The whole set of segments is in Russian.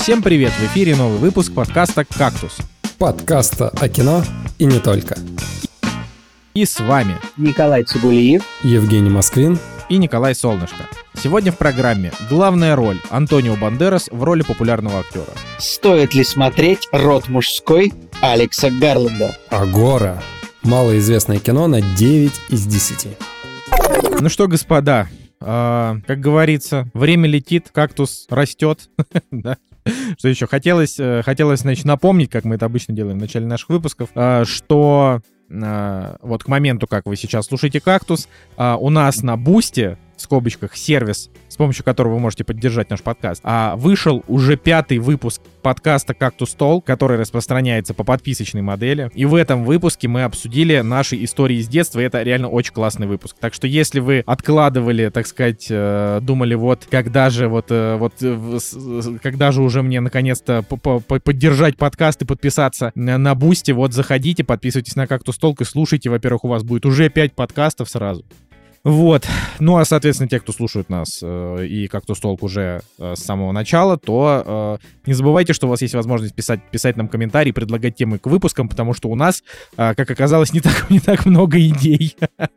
Всем привет! В эфире новый выпуск подкаста «Кактус». Подкаста о кино и не только. И с вами Николай Цугулиев, Евгений Москвин и Николай Солнышко. Сегодня в программе главная роль Антонио Бандерас в роли популярного актера. Стоит ли смотреть «Род мужской» Алекса Гарланда? Агора. Малоизвестное кино на 9 из 10. Ну что, господа, как говорится, время летит, кактус растет. Да. Что еще? Хотелось, значит, напомнить, как мы это обычно делаем в начале наших выпусков, что вот к моменту, как вы сейчас слушаете «Кактус», у нас на Бусти, в скобочках, сервис, с помощью которого вы можете поддержать наш подкаст, вышел уже 5-й выпуск подкаста «Кактус Толк», который распространяется по подписочной модели. И в этом выпуске мы обсудили наши истории из детства, и это реально очень классный выпуск. Так что если вы откладывали, так сказать, думали, когда же уже мне наконец-то поддержать подкаст и подписаться на Бусти, заходите, подписывайтесь на «Кактус Толк» и слушайте. Во-первых, у вас будет уже 5 подкастов сразу. Вот. Ну, а, соответственно, те, кто слушают нас и «Кактус Толк» уже с самого начала, то не забывайте, что у вас есть возможность писать нам комментарии, предлагать темы к выпускам, потому что у нас, как оказалось, не так много идей.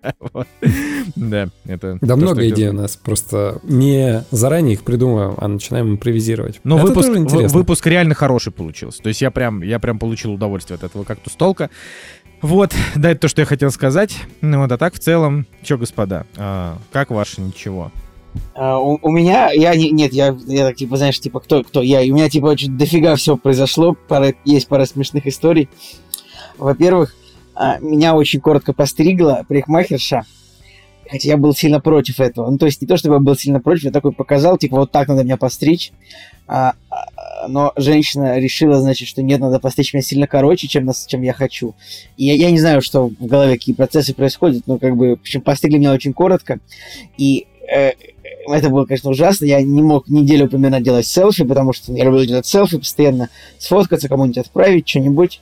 Да, это... Да, много идей у нас, просто не заранее их придумываем, а начинаем импровизировать. Но выпуск реально хороший получился. То есть я прям получил удовольствие от этого «Кактус Толка». Вот, да, это то, что я хотел сказать. Ну вот, а так в целом, что, господа, как ваше ничего? У меня, я так, типа, знаешь, типа, кто я? И у меня, типа, очень дофига всего произошло, есть пара смешных историй. Во-первых, меня очень коротко постригла парикмахерша, хотя я был сильно против этого. Ну, то есть не то, чтобы я был сильно против, я такой показал, типа, вот так надо меня постричь. Но женщина решила, значит, что нет, надо постричь меня сильно короче, чем я хочу. И я не знаю, что в голове, какие процессы происходят, но как бы, в общем, постригли меня очень коротко. И это было, конечно, ужасно. Я не мог неделю примерно делать селфи, потому что я люблю делать селфи, постоянно сфоткаться, кому-нибудь отправить, что-нибудь.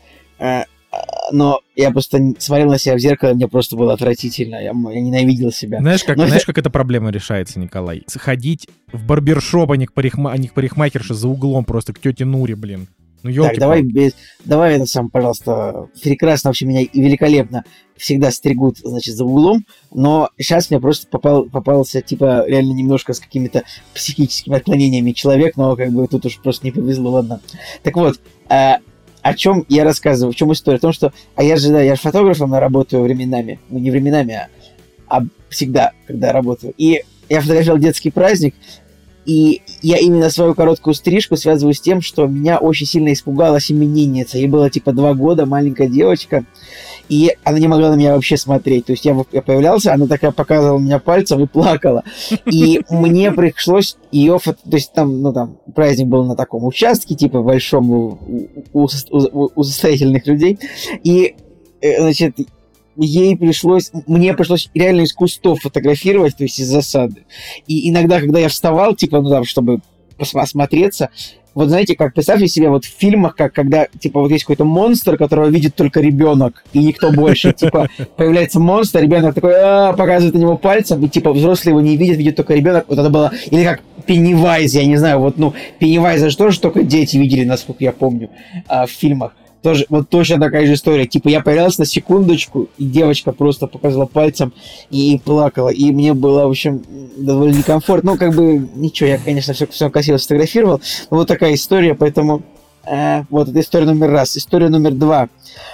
Но я просто смотрел на себя в зеркало, и мне просто было отвратительно. Я ненавидел себя. Знаешь, как эта проблема решается, Николай? Сходить в барбершоп, а не к парикмахерше за углом, просто к тете Нуре, блин. Ну, ёлки-палки. Так, давай это сам, пожалуйста. Прекрасно вообще меня и великолепно всегда стригут, значит, за углом. Но сейчас мне просто попался, типа, реально немножко с какими-то психическими отклонениями человек, но как бы тут уж просто не повезло, ладно. Так вот, о чем я рассказываю, в чем история? В том, что я же фотографом работаю временами. Ну, не временами, а всегда, когда работаю. И я фотографировал детский праздник, и я именно свою короткую стрижку связываю с тем, что меня очень сильно испугалась именинница. Ей было типа 2 года, маленькая девочка, и она не могла на меня вообще смотреть. То есть я появлялся, она такая показывала меня пальцем и плакала. И мне пришлось ее... То есть там праздник был на таком участке, типа большом у состоятельных людей. И, значит... Мне пришлось реально из кустов фотографировать, то есть из засады. И иногда, когда я вставал, типа, чтобы осмотреться, вот знаете, как представьте себе вот в фильмах, когда, типа, вот есть какой-то монстр, которого видит только ребенок, и никто больше, типа, появляется монстр, ребенок такой, показывает на него пальцем, и, типа, взрослый его не видит только ребенок, вот это было, или как Пеннивайз, я не знаю, Пеннивайза же тоже только дети видели, насколько я помню, в фильмах. Тоже, вот точно такая же история. Типа, я появлялся на секундочку, и девочка просто показала пальцем и плакала. И мне было, в общем, довольно некомфортно. Ну, как бы, ничего, я, конечно, все красиво сфотографировал. Но вот такая история, поэтому... вот, это история номер 1. История номер 2.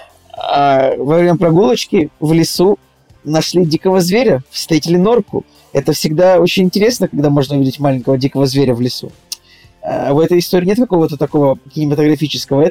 Во время прогулочки в лесу нашли дикого зверя, встретили норку. Это всегда очень интересно, когда можно увидеть маленького дикого зверя в лесу. В этой истории нет какого-то такого кинематографического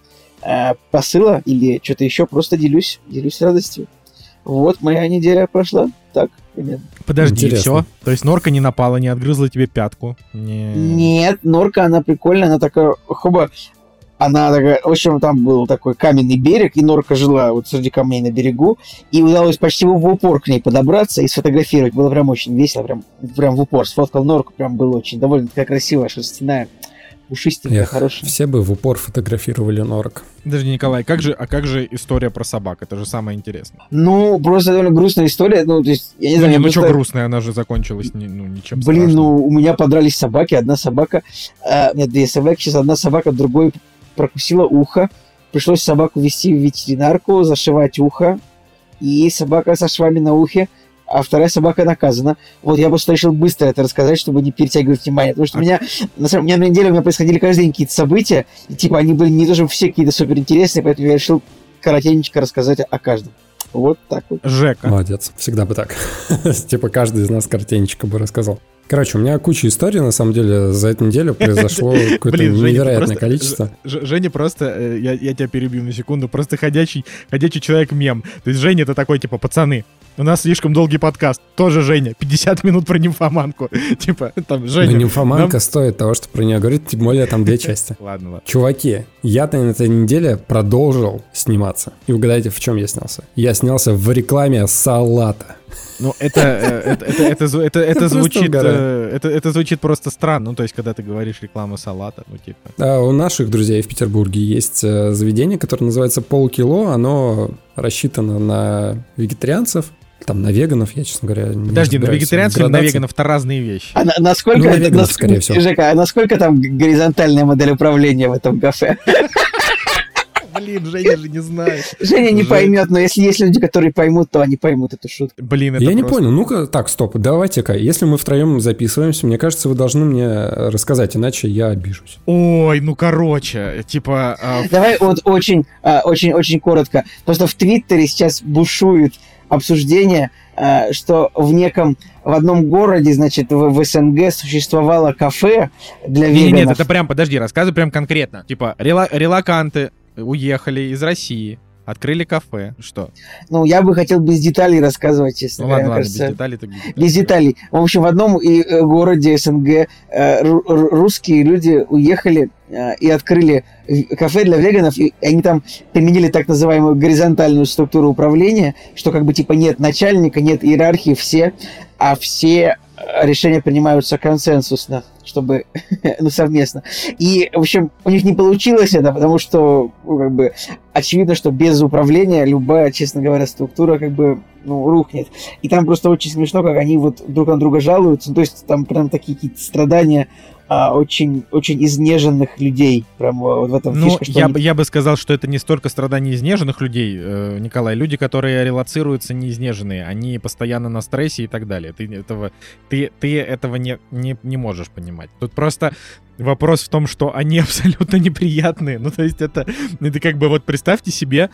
посыла или что-то еще, просто делюсь радостью. Вот, моя неделя прошла так примерно. Подожди, все? То есть норка не напала, не отгрызла тебе пятку? Нет, норка, она прикольная, она такая, она такая, в общем, там был такой каменный берег, и норка жила вот среди камней на берегу, и удалось почти в упор к ней подобраться и сфотографировать. Было прям очень весело, прям в упор. Сфоткал норку, прям было очень довольно такая красивая, шерстяная. пушистенькая, хорошая. Все бы в упор фотографировали норок. Подожди, Николай, как же история про собак? Это же самое интересное. Ну, просто довольно грустная история. Ну, то есть, я не знаю... Ну, что грустная, она же закончилась ничем Блин, страшным. ну, у меня подрались собаки. Одна собака... Нет, две собаки. Сейчас одна собака другой прокусила ухо. Пришлось собаку везти в ветеринарку, зашивать ухо. И собака со швами на ухе. А вторая собака наказана. Вот я просто решил быстро это рассказать, чтобы не перетягивать внимание. Потому что у меня на неделе происходили каждый день какие-то события. И, типа, они были не то, чтобы все какие-то суперинтересные, поэтому я решил коротенько рассказать о каждом. Вот так вот. Жека. Молодец. Всегда бы так. Типа каждый из нас коротенечко бы рассказал. Короче, у меня куча историй, на самом деле, за эту неделю произошло какое-то невероятное количество. Женя просто, я тебя перебью на секунду, просто ходячий человек-мем. То есть Женя — это такой, типа, пацаны, у нас слишком долгий подкаст. Тоже Женя, 50 минут про нимфоманку. Типа, там, Женя... Но нимфоманка стоит того, что про нее говорит, тем более там 2 части. Ладно. Чуваки, я-то на этой неделе продолжил сниматься. И угадайте, в чем я снялся? Я снялся в рекламе салата. Ну, это звучит просто странно. Ну, то есть, когда ты говоришь реклама салата, ну, типа... У наших друзей в Петербурге есть заведение, которое называется «Полкило». Оно рассчитано на вегетарианцев, там, на веганов, я, честно говоря, не Подожди, на вегетарианцев и на веганов — это разные вещи. А насколько... на веганов, скорее всего. Жека, а насколько там горизонтальная модель управления в этом кафе? Блин, Женя же не знает. Женя не поймет, но если есть люди, которые поймут, то они поймут эту шутку. Блин, это я не понял. Ну-ка, так, стоп, давайте-ка. Если мы втроем записываемся, мне кажется, вы должны мне рассказать, иначе я обижусь. Ой, ну короче, типа... Давай вот очень коротко. Просто в Твиттере сейчас бушует обсуждение, что в одном городе, значит, в СНГ существовало кафе для веганов. Нет, это прям, подожди, рассказывай прям конкретно. Типа, релаканты уехали из России, открыли кафе. Что? Ну, я бы хотел без деталей рассказывать, честно говоря. Ладно, кажется, без деталей так без деталей. В общем, в одном городе СНГ русские люди уехали и открыли кафе для веганов, и они там применили так называемую горизонтальную структуру управления, что как бы типа нет начальника, нет иерархии, все решения принимаются консенсусно, чтобы, совместно. И, в общем, у них не получилось это, потому что, очевидно, что без управления любая, честно говоря, структура, рухнет. И там просто очень смешно, как они вот друг на друга жалуются. Ну, то есть там прям такие какие-то страдания очень, очень изнеженных людей. Прям вот в этом фишка. Я бы сказал, что это не столько страдания изнеженных людей, Николай. Люди, которые релоцируются, не изнеженные. Они постоянно на стрессе и так далее. Ты этого не можешь понимать. Тут просто вопрос в том, что они абсолютно неприятные. Ну, то есть это как бы вот представьте себе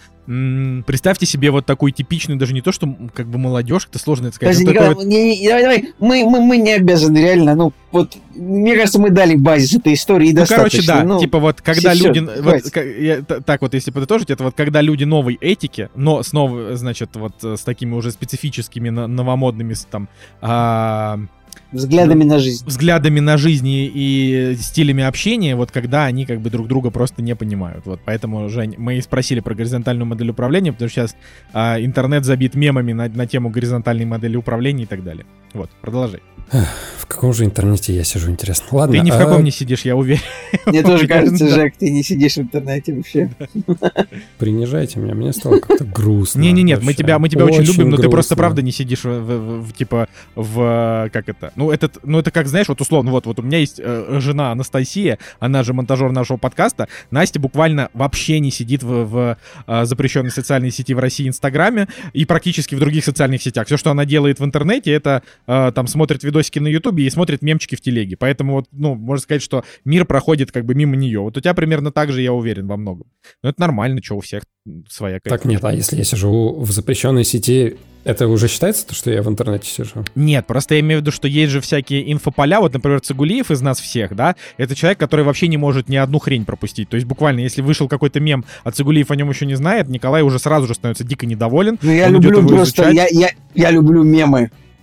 вот такую типичную, даже не то, что молодежь, это сложно это сказать. Подожди, Николай, давай, мы не обязаны реально, мне кажется, мы дали базис этой истории и достаточно. Короче, да, типа вот когда люди... если подытожить, это вот когда люди новой этики, но снова, значит, вот с такими уже специфическими новомодными там... Взглядами на жизнь. Взглядами на жизнь и стилями общения, вот когда они друг друга просто не понимают. Вот поэтому, Жень, мы и спросили про горизонтальную модель управления, потому что сейчас интернет забит мемами на тему горизонтальной модели управления и так далее. Вот, продолжай. В каком же интернете я сижу, интересно? Ладно. Ты ни в каком не сидишь, я уверен. Мне тоже кажется, Жек, ты не сидишь в интернете вообще. Принижайте меня, мне стало как-то грустно. Нет, мы тебя очень любим, но ты просто правда не сидишь как это? Ну, это как, знаешь, вот условно, вот у меня есть жена Анастасия, она же монтажер нашего подкаста. Настя буквально вообще не сидит в запрещенной социальной сети в России Инстаграме и практически в других социальных сетях. Все, что она делает в интернете, это там смотрит видосики на Ютубе и смотрит мемчики в телеге. Поэтому вот, можно сказать, что мир проходит мимо нее. Вот у тебя примерно так же, я уверен, во многом. Но это нормально, что у всех своя Так нет, а если я сижу в запрещенной сети, это уже считается, то, что я в интернете сижу? Нет, просто я имею в виду, что есть же всякие инфополя. Вот, например, Цигулиев из нас всех, да, это человек, который вообще не может ни одну хрень пропустить. То есть буквально, если вышел какой-то мем, а Цигулиев о нем еще не знает, Николай уже сразу же становится дико недоволен. Ну, я люблю просто, я люблю мемы.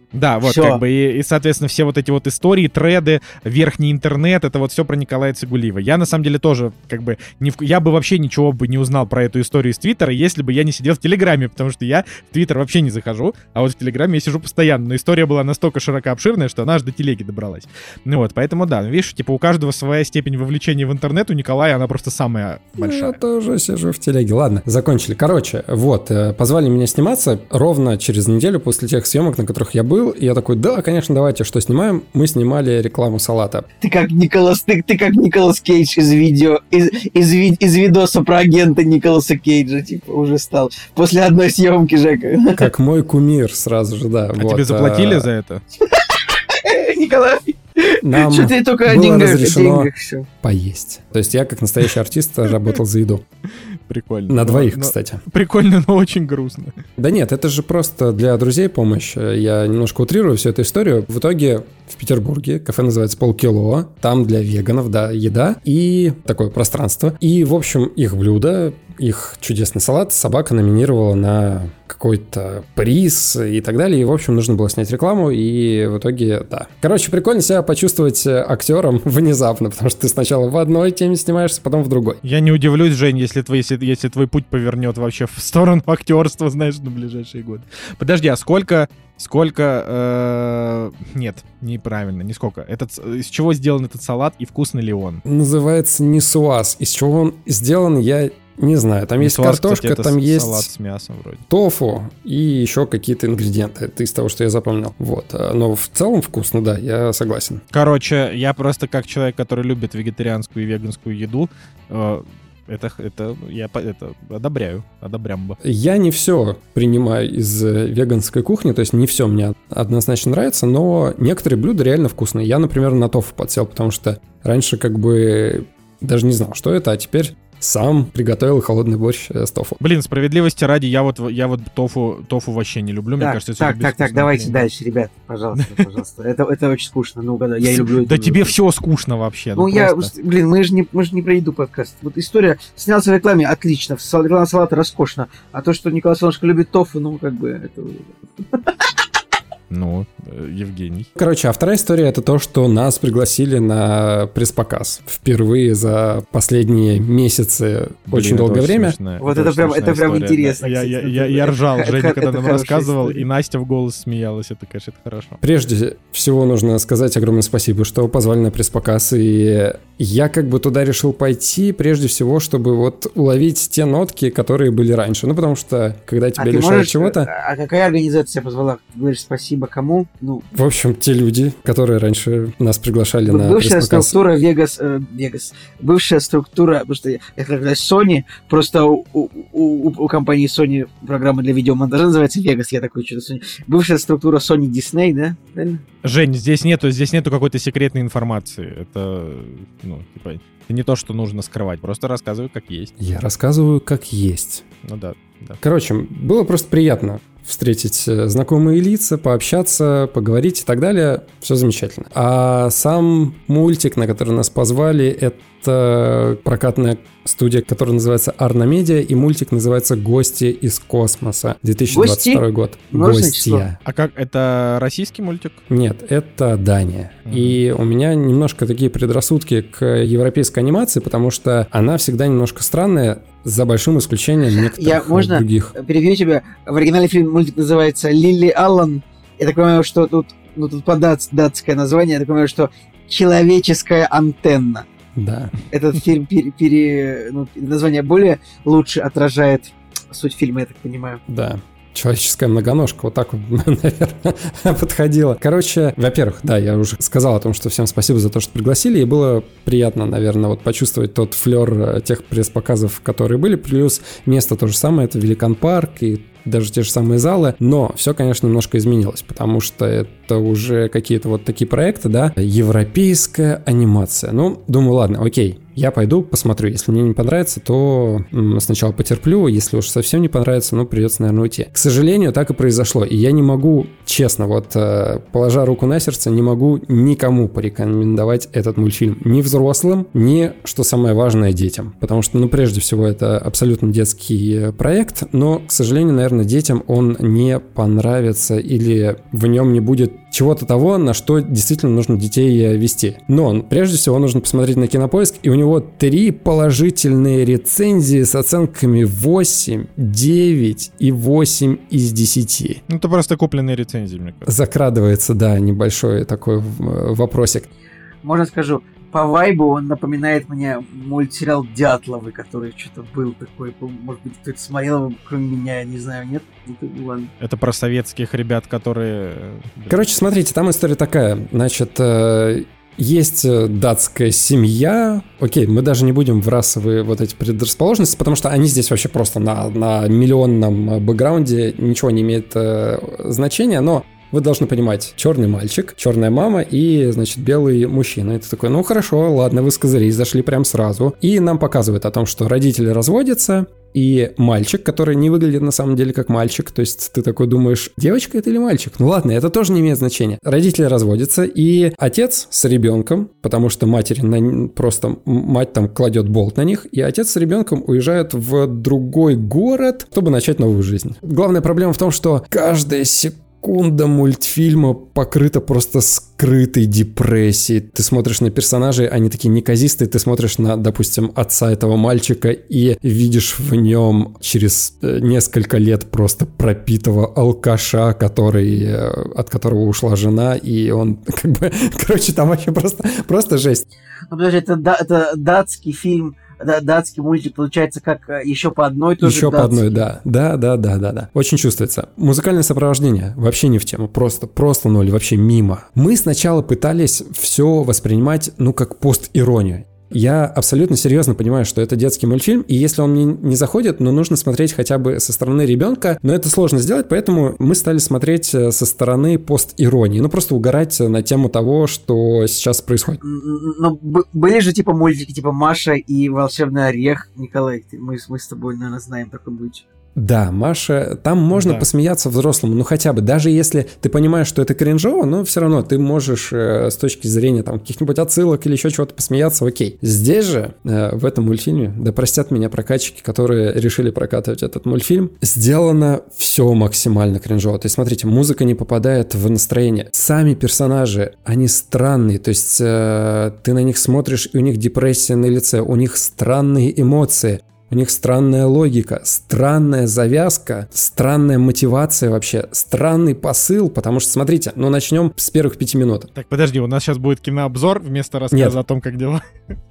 Да, вот, Всё. как бы, и, соответственно, все вот эти вот истории, треды, верхний интернет, это вот все про Николая Цигулиева. Я, на самом деле, тоже, как бы, я бы вообще ничего бы не узнал про эту историю из Твиттера, если бы я не сидел в Телеграме, потому что я в Твиттер вообще не захожу, а вот в Телеграме я сижу постоянно. Но история была настолько широко обширная, что она аж до телеги добралась. Ну вот, поэтому, да, видишь, типа, у каждого своя степень вовлечения в интернет, у Николая она просто самая большая. Я тоже сижу в телеге. Ладно, закончили. Короче, вот, позвали меня сниматься ровно через неделю после тех съемок, на которых я был, и я такой, да, конечно, давайте, что снимаем? Мы снимали рекламу салата. Ты как Николас Кейдж из видоса про агента Николаса Кейджа, типа, уже стал. После одной съемки, Жека. Как мой кумир сразу же, да. А тебе заплатили за это? Николай, Нам что ты только о было деньгах, разрешено всё. поесть. То есть я, как настоящий артист, работал за еду. Прикольно. На двоих, Но- кстати. Прикольно, но очень грустно. Да нет, это же просто для друзей помощь. Я немножко утрирую всю эту историю. В итоге в Петербурге кафе называется «Полкило». Там для веганов, да, еда и такое пространство. И, в общем, их блюдо, их чудесный салат собака номинировала на какой-то приз и так далее. И, в общем, нужно было снять рекламу. И в итоге, да. Короче, прикольно себя почувствовать актером внезапно, потому что ты сначала в одной теме снимаешься, потом в другой. Я не удивлюсь, Жень, если твой путь повернет вообще в сторону актерства, знаешь, на ближайшие годы. Подожди, а сколько... Нет, неправильно, не сколько. Из чего сделан этот салат и вкусный ли он? Называется нисуаз. Из чего он сделан, я не знаю. Там есть Нисуаз, картошка, кстати, это там есть салат с мясом вроде. тофу и еще какие-то ингредиенты. Это из того, что я запомнил. Вот. Но в целом вкусно, да, я согласен. Короче, я просто как человек, который любит вегетарианскую и веганскую еду, я одобряю. Одобрямбо. Я не все принимаю из веганской кухни, то есть не все мне однозначно нравится, но некоторые блюда реально вкусные. Я, например, на тофу подсел, потому что раньше как бы даже не знал, что это, а теперь сам приготовил холодный борщ с тофу. Блин, справедливости ради, я вот тофу вообще не люблю. Мне кажется, это Так, давайте дальше, ребят, пожалуйста. Это очень скучно. Ну, я люблю. Да тебе все скучно вообще. Ну, мы же не про еду подкаст. Вот история снялся в рекламе, отлично. Реклама салата роскошно. А то, что Николай Солнышко любит тофу, ну, как бы, это... Ну, Евгений. Короче, а вторая история — это то, что нас пригласили на пресс-показ. Впервые за последние месяцы, очень долгое время. Вот это прям интересно. Я ржал, Женя, когда нам рассказывал, и Настя в голос смеялась. Это, конечно, это хорошо. Прежде всего нужно сказать огромное спасибо, что позвали на пресс-показ. И я как бы туда решил пойти, прежде всего, чтобы вот уловить те нотки, которые были раньше. Ну, потому что, когда тебя лишают чего-то... А какая организация позвала? Ты говоришь спасибо кому? Ну, в общем, те люди, которые раньше нас приглашали на бывшая пресс-показ. Структура Vegas. Бывшая структура, потому что я хотел сказать Sony, просто у компании Sony программа для видеомонтажа называется Vegas, я такой что-то Sony. Бывшая структура Sony Disney, да? Правильно? Жень, здесь нету какой-то секретной информации. Это, типа, не то, что нужно скрывать, просто рассказывай, как есть. Я рассказываю, как есть. Ну да. Короче, было просто приятно встретить знакомые лица, пообщаться, поговорить и так далее. Все замечательно. А сам мультик, на который нас позвали, это прокатная студия, которая называется Arna Media, и мультик называется «Гости из космоса», 2022 год. Гостья. А как, это российский мультик? Нет, это Дания. И у меня немножко такие предрассудки к европейской анимации, потому что она всегда немножко странная, за большим исключением некоторых других. Я перебью тебя. В оригинале мультик называется «Лили Аллен». Я так понимаю, что тут датское название. Я так понимаю, что «Человеческая антенна». Да. Этот фильм, название более лучше отражает суть фильма, я так понимаю. Да. Человеческая многоножка, вот так вот, наверное, подходила. Короче, во-первых, да, я уже сказал о том, что всем спасибо за то, что пригласили, и было приятно, наверное, вот почувствовать тот флер тех пресс-показов, которые были, плюс место то же самое, это Великан Парк, и даже те же самые залы, но все, конечно, немножко изменилось, потому что это уже какие-то вот такие проекты, да, европейская анимация. Ну, думаю, ладно, окей, я пойду посмотрю, если мне не понравится, то сначала потерплю, если уж совсем не понравится, ну, придется, наверное, уйти. К сожалению, так и произошло, и я не могу, честно, вот, положа руку на сердце, не могу никому порекомендовать этот мультфильм, ни взрослым, ни, что самое важное, детям, потому что, ну, прежде всего, это абсолютно детский проект, но, к сожалению, наверное, наверное, детям он не понравится или в нем не будет чего-то того, на что действительно нужно детей вести. Но прежде всего нужно посмотреть на Кинопоиск, и у него 3 положительные рецензии с оценками 8, 9 и 8 из 10. Ну, это просто купленные рецензии, мне кажется. Закрадывается, да, небольшой такой вопросик. Можно скажу, по вайбу он напоминает мне мультсериал «Дятловы», который что-то был такой, может быть, кто-то смотрел его, кроме меня, я не знаю, нет? Ладно. Это про советских ребят, которые... Короче, смотрите, там история такая. Значит, есть датская семья. Окей, мы даже не будем в расовые вот эти предрасположенности, потому что они здесь вообще просто на миллионном бэкграунде ничего не имеет значения, но... Вы должны понимать, черный мальчик, черная мама и, значит, белый мужчина. Это такой, ну хорошо, ладно, вы с козырей зашли прям сразу. И нам показывают о том, что родители разводятся, и мальчик, который не выглядит на самом деле как мальчик, то есть ты такой думаешь, девочка это или мальчик? Ну ладно, это тоже не имеет значения. Родители разводятся, и отец с ребенком, потому что матери просто мать там кладет болт на них, и отец с ребенком уезжают в другой город, чтобы начать новую жизнь. Главная проблема в том, что каждая секунда мультфильма покрыта просто скрытой депрессией. Ты смотришь на персонажей, они такие неказистые, ты смотришь на, допустим, отца этого мальчика и видишь в нем через несколько лет просто пропитого алкаша, от которого ушла жена, и он как бы... Короче, там вообще просто жесть. Ну, подожди, это датский фильм, датский мультик, получается, как еще по одной тоже. Еще по одной, да. Да. Очень чувствуется. Музыкальное сопровождение вообще не в тему. Просто ноль, вообще мимо. Мы сначала пытались все воспринимать, как пост-иронию. Я абсолютно серьезно понимаю, что это детский мультфильм, и если он мне не заходит, нужно смотреть хотя бы со стороны ребенка, но это сложно сделать, поэтому мы стали смотреть со стороны пост-иронии, просто угорать на тему того, что сейчас происходит. Но были же типа мультики, типа «Маша и волшебный орех», Николай, мы с тобой, наверное, знаем такой мультик. Да, Маша, там можно посмеяться взрослому, хотя бы, даже если ты понимаешь, что это кринжово, но все равно ты можешь с точки зрения там каких-нибудь отсылок или еще чего-то посмеяться, окей. Здесь же, в этом мультфильме, да простят меня прокатчики, которые решили прокатывать этот мультфильм, сделано все максимально кринжово. То есть, смотрите, музыка не попадает в настроение. Сами персонажи, они странные, то есть ты на них смотришь, и у них депрессия на лице, у них странные эмоции. У них странная логика, странная завязка, странная мотивация вообще, странный посыл, потому что, смотрите, начнем с первых 5 минут. Так, подожди, у нас сейчас будет кинообзор вместо рассказа о том, как дела.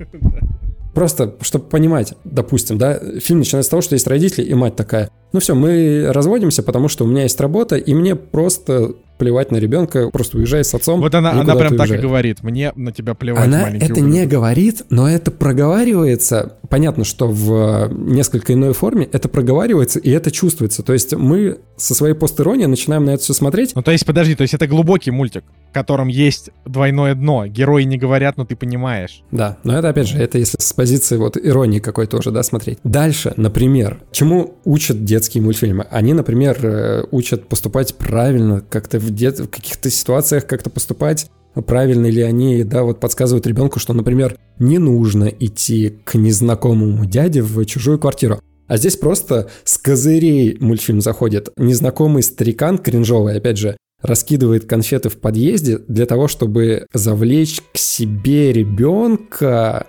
Просто, чтобы понимать, допустим, да, фильм начинается с того, что есть родители и мать такая, все, мы разводимся, потому что у меня есть работа, и мне просто плевать на ребенка, просто уезжай с отцом. Вот она прям так и говорит, мне на тебя плевать, она маленький это ублюдок. Не говорит, но это проговаривается. Понятно, что в несколько иной форме это проговаривается, и это чувствуется. То есть мы со своей пост-иронией начинаем на это все смотреть. То есть это глубокий мультик, в котором есть двойное дно. Герои не говорят, но ты понимаешь. Да, но это, опять же, это если с позиции иронии какой-то уже, да, смотреть. Дальше, например, чему учат детские мультфильмы? Они, например, учат поступать правильно, как-то в каких-то ситуациях как-то поступать, правильно ли они, да, подсказывают ребенку, что, например, не нужно идти к незнакомому дяде в чужую квартиру. А здесь просто с козырей мультфильм заходит. Незнакомый старикан, кринжовый, опять же, раскидывает конфеты в подъезде для того, чтобы завлечь к себе ребенка,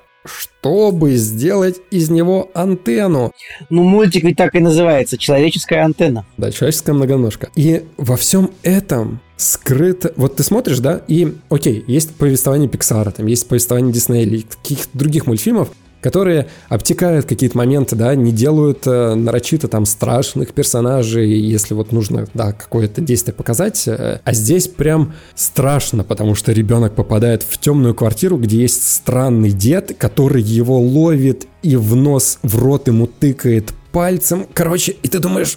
чтобы сделать из него антенну. Мультик ведь так и называется «Человеческая антенна». Да, человеческая многоножка. И во всем этом скрыто... Ты смотришь, да, и, окей, есть повествование Пиксара, там есть повествование Диснея или каких-то других мультфильмов, которые обтекают какие-то моменты, да, не делают нарочито там страшных персонажей, если нужно, да, какое-то действие показать. А здесь прям страшно, потому что ребенок попадает в темную квартиру, где есть странный дед, который его ловит и в рот ему тыкает пальцем. Короче, и ты думаешь...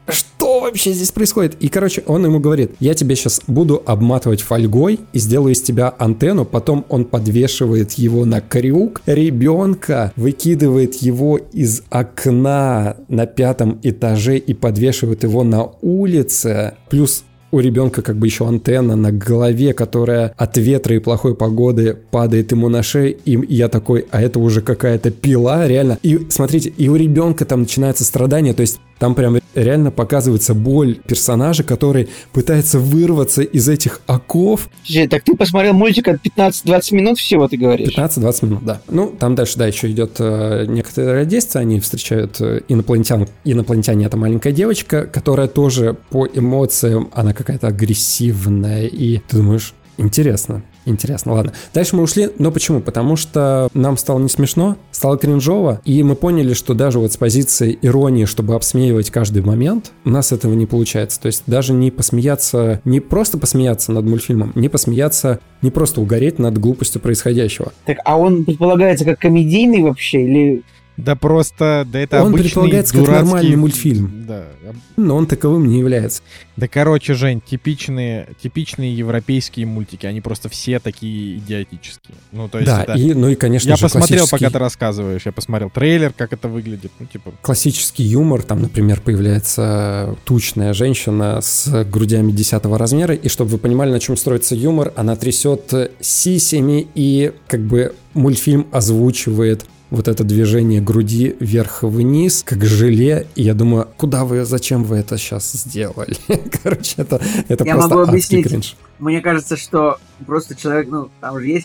Что вообще здесь происходит? И, он ему говорит, я тебе сейчас буду обматывать фольгой и сделаю из тебя антенну, потом он подвешивает его на крюк, ребенка выкидывает его из окна на 5 этаже и подвешивает его на улице, плюс у ребенка еще антенна на голове, которая от ветра и плохой погоды падает ему на шею, и я такой, а это уже какая-то пила, реально. И смотрите, и у ребенка там начинается страдание, то есть там прям реально показывается боль персонажа, который пытается вырваться из этих оков. Слушай, так ты посмотрел мультик от 15-20 минут всего, ты говоришь? 15-20 минут, да. Ну, там дальше, да, еще идет некоторое действие, они встречают инопланетян. Инопланетяне — это маленькая девочка, которая тоже по эмоциям, она какая-то агрессивная, и ты думаешь, интересно, ладно. Дальше мы ушли, но почему? Потому что нам стало не смешно, стало кринжово, и мы поняли, что даже вот с позиции иронии, чтобы обсмеивать каждый момент, у нас этого не получается. То есть даже не посмеяться, не просто посмеяться над мультфильмом, не посмеяться, не просто угореть над глупостью происходящего. Так, а он предполагается как комедийный вообще, или... Да просто, да это он обычный предполагается как дурацкий... нормальный мультфильм. Да. Но он таковым не является. Да, короче, Жень, типичные европейские мультики, они просто все такие идиотические. Ну, то есть да, это... ну и, конечно Я же, посмотрел, пока ты рассказываешь, я посмотрел трейлер, как это выглядит, ну, типа... Классический юмор, там, например, появляется тучная женщина с грудями 10 размера, и чтобы вы понимали, на чем строится юмор, она трясет сисями, и как бы мультфильм озвучивает вот это движение груди вверх-вниз, как желе, и я думаю, зачем вы это сейчас сделали? Короче, это я просто могу адский объяснить. кринж. Мне кажется, что просто человек, там же есть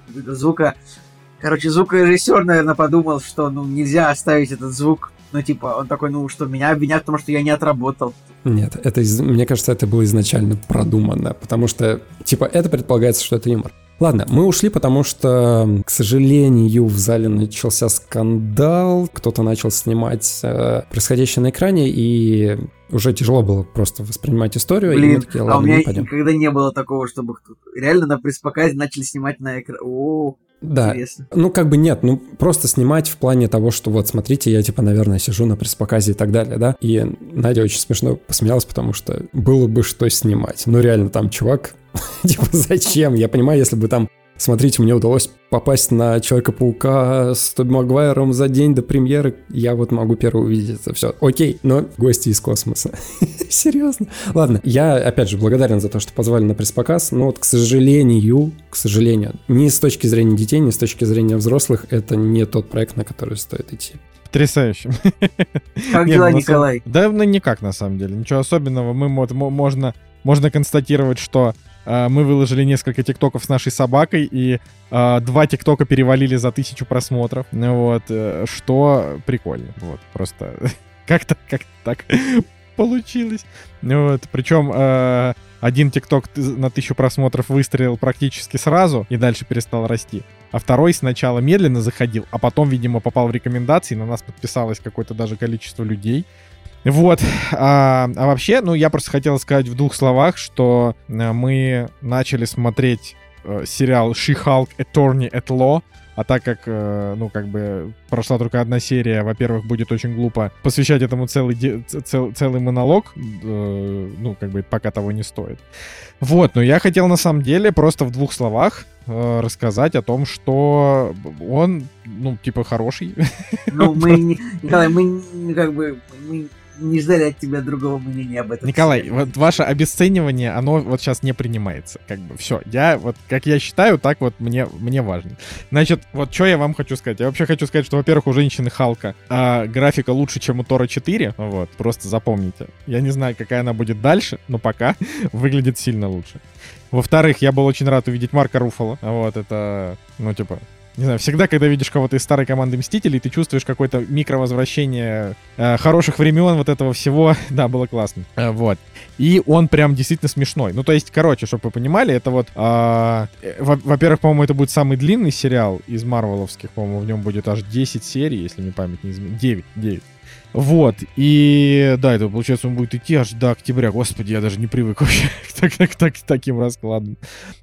звукорежиссер, наверное, подумал, что, нельзя оставить этот звук, он такой, что меня обвинят в том, что я не отработал. Нет, мне кажется, это было изначально продумано, потому что, это предполагается, что это юмор. Ладно, мы ушли, потому что, к сожалению, в зале начался скандал, кто-то начал снимать происходящее на экране, и уже тяжело было просто воспринимать историю. Блин, и мы такие, ладно, у меня пойдем. никогда не было такого, чтобы реально на пресс-показе начали снимать на экран. Да, интересно. Нет, просто снимать в плане того, что вот, смотрите, я, наверное, сижу на пресс-показе и так далее, да, и Надя очень смешно посмеялась, потому что было бы что снимать. Реально, там чувак, зачем? Я понимаю, если бы там, смотрите, мне удалось попасть на Человека-паука с Тоби Магуайром за день до премьеры, я могу первый увидеть это все. Окей, но гости из космоса. Серьезно? Ладно, я, опять же, благодарен за то, что позвали на пресс-показ, но к сожалению, ни с точки зрения детей, ни с точки зрения взрослых, это не тот проект, на который стоит идти. Потрясающе. Как дела, Николай? Да, никак, на самом деле. Ничего особенного. Можно констатировать, что мы выложили несколько тиктоков с нашей собакой, и 2 тиктока перевалили за 1000 просмотров. Что прикольно. Просто как-то так получилось. Причем один тикток на 1000 просмотров выстрелил практически сразу и дальше перестал расти. А второй сначала медленно заходил, а потом, видимо, попал в рекомендации, на нас подписалось какое-то даже количество людей. А вообще, я просто хотел сказать в 2 словах, что мы начали смотреть сериал She-Hulk Attorney at Law, а так как, прошла только 1 серия, во-первых, будет очень глупо посвящать этому целый монолог, пока того не стоит. Но я хотел, на самом деле, просто в 2 словах рассказать о том, что он, хороший. Николай, мы не ждали от тебя другого мнения об этом. Николай, ваше обесценивание, оно сейчас не принимается. Все. Как я считаю, так мне важно. Значит, что я вам хочу сказать. Я вообще хочу сказать, что, во-первых, у женщины Халка графика лучше, чем у Тора 4. Просто запомните. Я не знаю, какая она будет дальше, но пока выглядит сильно лучше. Во-вторых, я был очень рад увидеть Марка Руффало. Это, не знаю, всегда, когда видишь кого-то из старой команды Мстителей, ты чувствуешь какое-то микровозвращение хороших времен, этого всего. Да, было классно. И он прям действительно смешной. Чтобы вы понимали, это во-первых, по-моему, это будет самый длинный сериал из марвеловских, по-моему, в нем будет аж 10 серий, если мне память не изменяет. 9. И да, это, получается, он будет идти аж до октября. Господи, я даже не привык вообще к таким раскладам.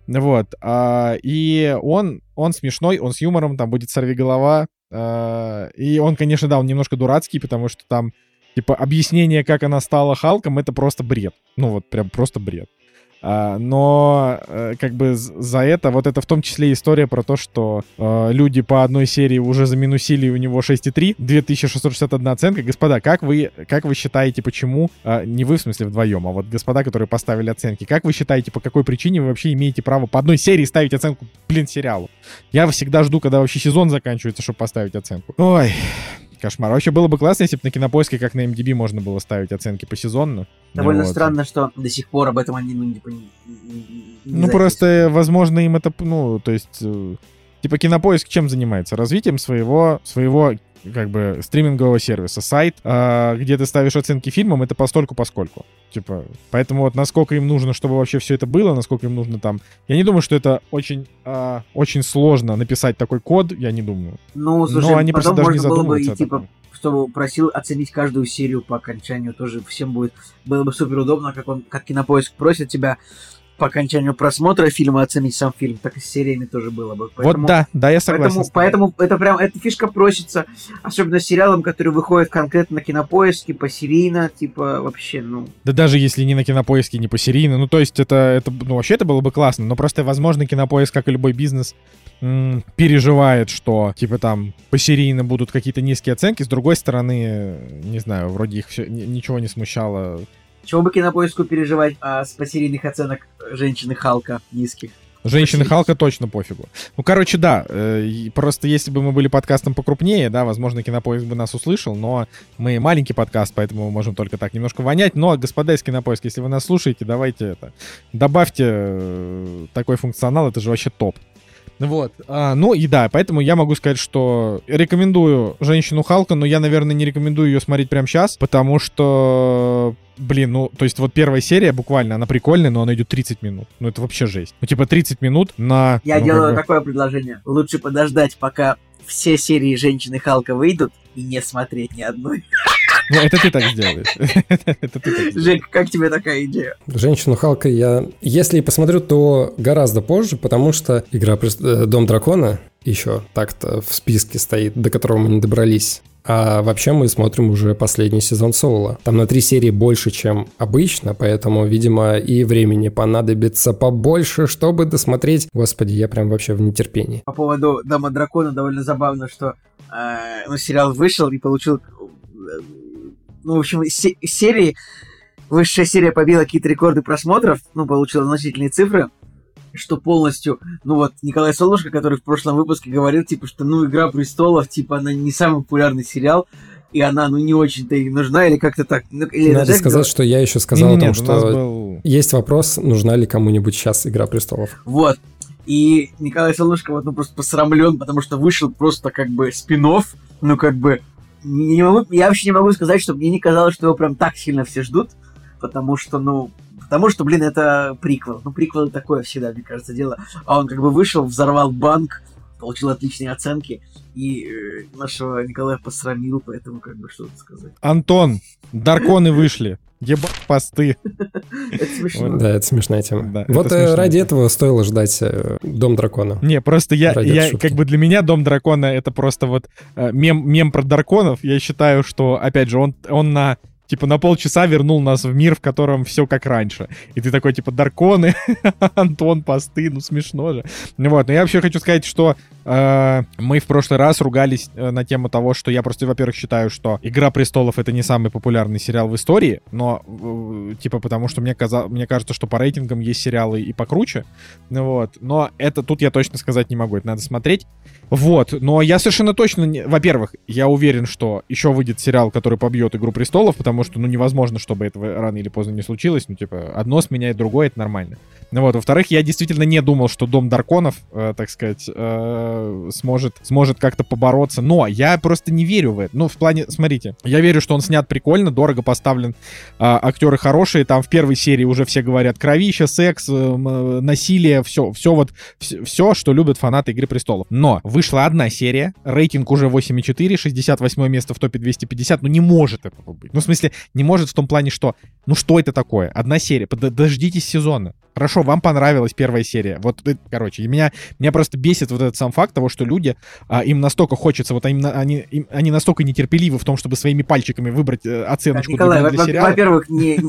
И он смешной, он с юмором, там будет сорвиголова. И он, конечно, да, он немножко дурацкий, потому что там, объяснение, как она стала Халком, это просто бред. Прям просто бред. Но за это, это в том числе история про то, что люди по 1 серии уже заминусили у него 6,3, 2661 оценка. Господа, как вы считаете, почему, не вы в смысле вдвоем, а господа, которые поставили оценки, как вы считаете, по какой причине вы вообще имеете право по 1 серии ставить оценку, сериалу? Я всегда жду, когда вообще сезон заканчивается, чтобы поставить оценку. Ой... Кошмар. Вообще было бы классно, если бы на Кинопоиске, как на MDB, можно было ставить оценки посезонно. Довольно странно, что до сих пор об этом они не просто, возможно, им это, то есть, типа, Кинопоиск чем занимается? Развитием своего как бы стримингового сервиса. Сайт, где ты ставишь оценки фильмам, это постольку-поскольку. Типа, поэтому вот насколько им нужно, чтобы вообще все это было, насколько им нужно там... Я не думаю, что это очень сложно написать такой код, я не думаю. Ну, слушай, но они просто даже не задумываются было бы, типа, чтобы просил оценить каждую серию по окончанию, тоже всем было бы супер удобно, как Кинопоиск просит тебя по окончанию просмотра фильма оценить сам фильм, так и с сериями тоже было бы. Поэтому, вот да, я согласен. Поэтому эта фишка просится, особенно с сериалом, который выходит конкретно на Кинопоиске, посерийно, типа, вообще, Да даже если не на Кинопоиске, не посерийно, то есть это вообще это было бы классно, но просто, возможно, Кинопоиск, как и любой бизнес, переживает, что, типа, там, посерийно будут какие-то низкие оценки, с другой стороны, не знаю, вроде их ничего не смущало. Чего бы Кинопоиску переживать с посерийных оценок Женщины Халка низких? Женщины Халка точно пофигу. Короче, да, просто если бы мы были подкастом покрупнее, да, возможно, Кинопоиск бы нас услышал, но мы маленький подкаст, поэтому мы можем только так немножко вонять. Но, господа из Кинопоиска, если вы нас слушаете, давайте добавьте такой функционал, это же вообще топ. Вот. И да, поэтому я могу сказать, что рекомендую «Женщину Халка», но я, наверное, не рекомендую ее смотреть прямо сейчас, потому что, то есть вот первая серия буквально, она прикольная, но она идет 30 минут. Это вообще жесть. 30 минут на... Я делаю такое предложение. Лучше подождать, пока все серии «Женщины Халка» выйдут, и не смотреть ни одной. Это ты так сделаешь. Жек, как тебе такая идея? «Женщину Халка» я, если и посмотрю, то гораздо позже, потому что «Дом дракона» еще так-то в списке стоит, до которого мы не добрались. А вообще мы смотрим уже последний сезон «Соула». Там на 3 серии больше, чем обычно, поэтому, видимо, и времени понадобится побольше, чтобы досмотреть. Господи, я прям вообще в нетерпении. По поводу «Дома дракона» довольно забавно, что сериал вышел и получил... в общем, серии... Высшая серия побила какие-то рекорды просмотров, получила значительные цифры, что полностью, Николай Солнышко, который в прошлом выпуске говорил, типа, что, «Игра престолов», типа, она не самый популярный сериал, и она, не очень-то и нужна, или как-то так. Надо сказать, что я еще сказал о том, что есть вопрос, нужна ли кому-нибудь сейчас «Игра престолов». Вот. И Николай Солнышко просто посрамлен, потому что вышел просто как бы спин-офф, я вообще не могу сказать, что мне не казалось, что его прям так сильно все ждут, потому что, это приквел. Приквел такое всегда, мне кажется, дело. А он как бы вышел, взорвал банк, получил отличные оценки, и нашего Николая посрамил, поэтому как бы что-то сказать. Антон, драконы вышли. Ебать посты. Это смешно. Да, это смешная тема. Да, вот ради этого стоило ждать «Дом дракона». Не, просто я как бы для меня «Дом дракона» это просто мем про драконов. Я считаю, что, опять же, он на полчаса вернул нас в мир, в котором все как раньше. И ты такой, драконы, Антон, посты, смешно же. Но я вообще хочу сказать, что мы в прошлый раз ругались на тему того, что я просто, во-первых, считаю, что «Игра престолов» — это не самый популярный сериал в истории, но, потому что мне кажется, что по рейтингам есть сериалы и покруче, но это тут я точно сказать не могу, это надо смотреть. Но я совершенно точно, во-первых, я уверен, что еще выйдет сериал, который побьет «Игру престолов», потому что, невозможно, чтобы этого рано или поздно не случилось, одно сменяет другое, это нормально. Во-вторых, я действительно не думал, что «Дом драконов», так сказать, сможет как-то побороться, но я просто не верю в это. В плане, смотрите, я верю, что он снят прикольно, дорого поставлен, актеры хорошие, там в первой серии уже все говорят кровища, секс, насилие, все, что любят фанаты «Игры престолов». Но вышла одна серия, рейтинг уже 8,4, 68 место в топе 250, не может этого быть. В смысле, не может в том плане, что, что это такое? Одна серия, дождитесь сезона. Хорошо, вам понравилась первая серия. Меня просто бесит этот сам факт того, что люди, им настолько хочется, они настолько нетерпеливы в том, чтобы своими пальчиками выбрать оценочку Николай, для сериала. Во-первых,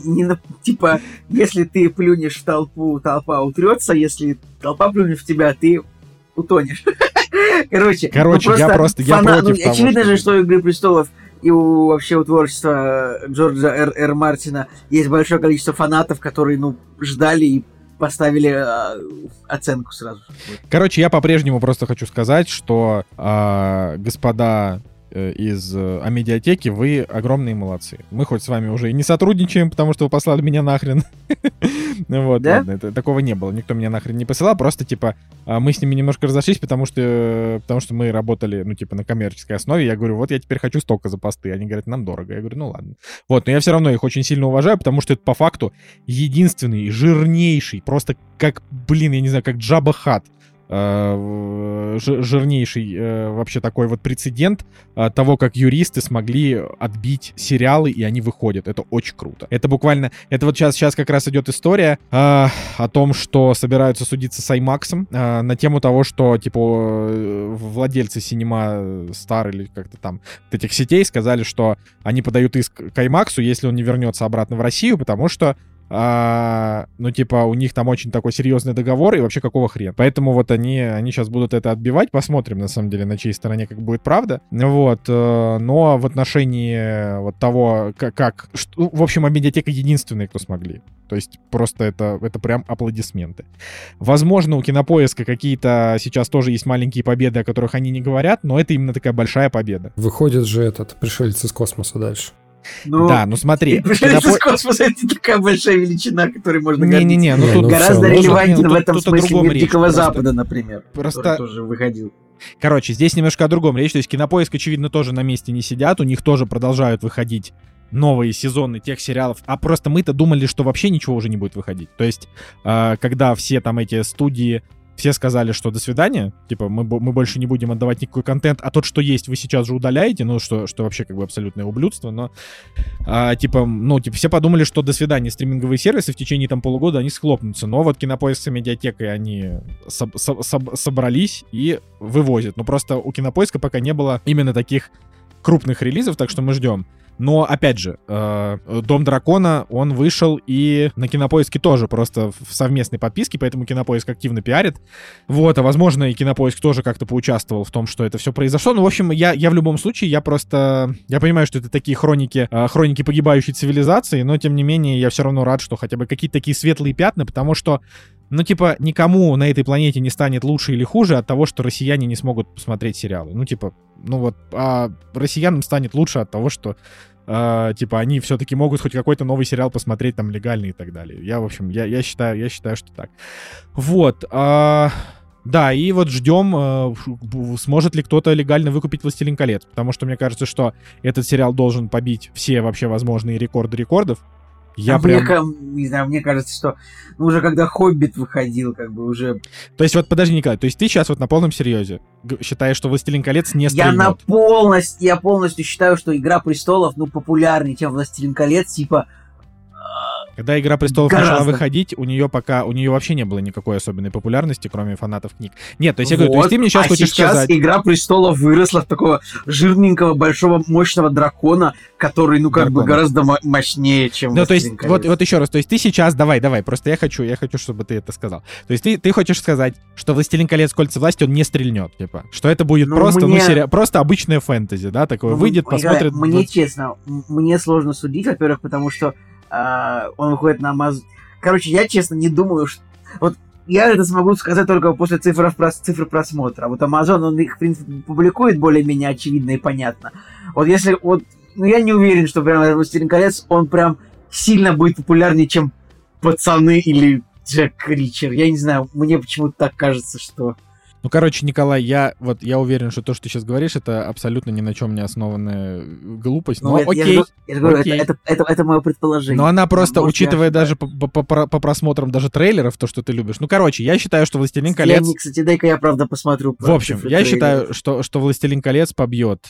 если ты плюнешь в толпу, толпа утрется, если толпа плюнет в тебя, ты утонешь. Короче, я против того, очевидно же, что у «Игры престолов» и вообще у творчества Джорджа Р. Мартина есть большое количество фанатов, которые, ждали и поставили оценку сразу. Короче, я по-прежнему просто хочу сказать, что, господа из Амедиатеки, вы огромные молодцы. Мы хоть с вами уже и не сотрудничаем, потому что вы послали меня нахрен. Вот, Да? ладно, такого не было. Никто меня нахрен не посылал, просто, типа, мы с ними немножко разошлись, потому что мы работали, ну, типа, на коммерческой основе. Я говорю, вот я теперь хочу столько за посты. Они говорят, нам дорого. Я говорю, ну, ладно. Вот, но я все равно их очень сильно уважаю, потому что это, по факту, единственный, жирнейший, просто как, блин, я не знаю, как Джабба Хат, жирнейший вообще такой вот прецедент того, как юристы смогли отбить сериалы, и они выходят. Это очень круто. Это буквально... Это вот сейчас как раз идет история о том, что собираются судиться с IMAX на тему того, что, типа, владельцы Cinema Star или как-то там вот этих сетей сказали, что они подают иск к IMAX, если он не вернется обратно в Россию, потому что ну, типа, у них там очень такой серьезный договор, и вообще какого хрена. Поэтому вот они сейчас будут это отбивать. Посмотрим, на самом деле, на чьей стороне как будет правда. Вот. Но в отношении вот того, как... В общем, Амедиатека единственные, кто смогли. То есть просто это прям аплодисменты. Возможно, у Кинопоиска какие-то сейчас тоже есть маленькие победы, о которых они не говорят, но это именно такая большая победа. Выходит же пришелец из космоса дальше. Ну, да, ну смотри. Пришелец из космоса — это такая большая величина, которой можно гордиться. Не-не-не, ну тут гораздо релевантен в этом смысле мир речь. Дикого Запада, например, просто который тоже выходил. Короче, здесь немножко о другом речь. То есть Кинопоиск, очевидно, тоже на месте не сидят. У них тоже продолжают выходить новые сезоны тех сериалов. А просто мы-то думали, что вообще ничего уже не будет выходить. То есть, когда все там эти студии... Все сказали, что до свидания, типа, мы больше не будем отдавать никакой контент, а тот, что есть, вы сейчас же удаляете, ну, что вообще как бы абсолютное ублюдство, но, все подумали, что до свидания, стриминговые сервисы в течение там полугода, они схлопнутся, но вот Кинопоиск с Медиатекой, они собрались и вывозят, но просто у Кинопоиска пока не было именно таких крупных релизов, так что мы ждем. Но, опять же, «Дом дракона», он вышел и на Кинопоиске тоже просто в совместной подписке, поэтому Кинопоиск активно пиарит. Вот, а возможно, и Кинопоиск тоже как-то поучаствовал в том, что это все произошло. Ну, в общем, я в любом случае, я понимаю, что это такие хроники погибающей цивилизации, но, тем не менее, я все равно рад, что хотя бы какие-то такие светлые пятна, потому что, ну, типа, никому на этой планете не станет лучше или хуже от того, что россияне не смогут посмотреть сериалы. Ну, типа, ну вот, а россиянам станет лучше от того, что, типа, они все-таки могут хоть какой-то новый сериал посмотреть там легально и так далее. Я, в общем, я считаю, что так. Вот, да, и вот ждем, сможет ли кто-то легально выкупить «Властелин колец», потому что мне кажется, что этот сериал должен побить все вообще возможные рекорды рекордов. Мне кажется, что уже когда «Хоббит» выходил, как бы уже... То есть вот, подожди, Николай, то есть ты сейчас вот на полном серьезе считаешь, что «Властелин колец» не стрельнет? Я полностью считаю, что «Игра престолов», популярнее, чем «Властелин колец», типа... Когда «Игра престолов» начала выходить, у нее вообще не было никакой особенной популярности, кроме фанатов книг. Нет, то есть я говорю, то есть ты мне сейчас хочешь сказать... сейчас «Игра престолов» выросла в такого жирненького, большого, мощного дракона, который, бы гораздо мощнее, чем «Властелин колец». Вот еще раз, то есть ты сейчас... Давай, просто я хочу, чтобы ты это сказал. То есть ты хочешь сказать, что «Властелин колец. Кольца власти» он не стрельнет, типа. Что это будет просто обычное фэнтези, да, такое выйдет, посмотрит... Мне честно, мне сложно судить, во-первых, потому что он выходит на Amazon. Короче, я честно не думаю, что... Вот я это смогу сказать только после цифр просмотра. Вот Amazon, он их, в принципе, публикует более-менее очевидно и понятно. Вот если... я не уверен, что прям «Властелин колец», он прям сильно будет популярнее, чем «Пацаны» или «Джек Ричер». Я не знаю, мне почему-то так кажется, что... Ну, короче, Николай, я уверен, что то, что ты сейчас говоришь, это абсолютно ни на чем не основанная глупость. Но окей. Я говорю, это мое предположение. Но она просто, учитывая даже по просмотрам даже трейлеров, то, что ты любишь. Ну, короче, я считаю, что «Властелин колец». Кстати, дай-ка я правда посмотрю. В общем, я считаю, что «Властелин колец» побьет,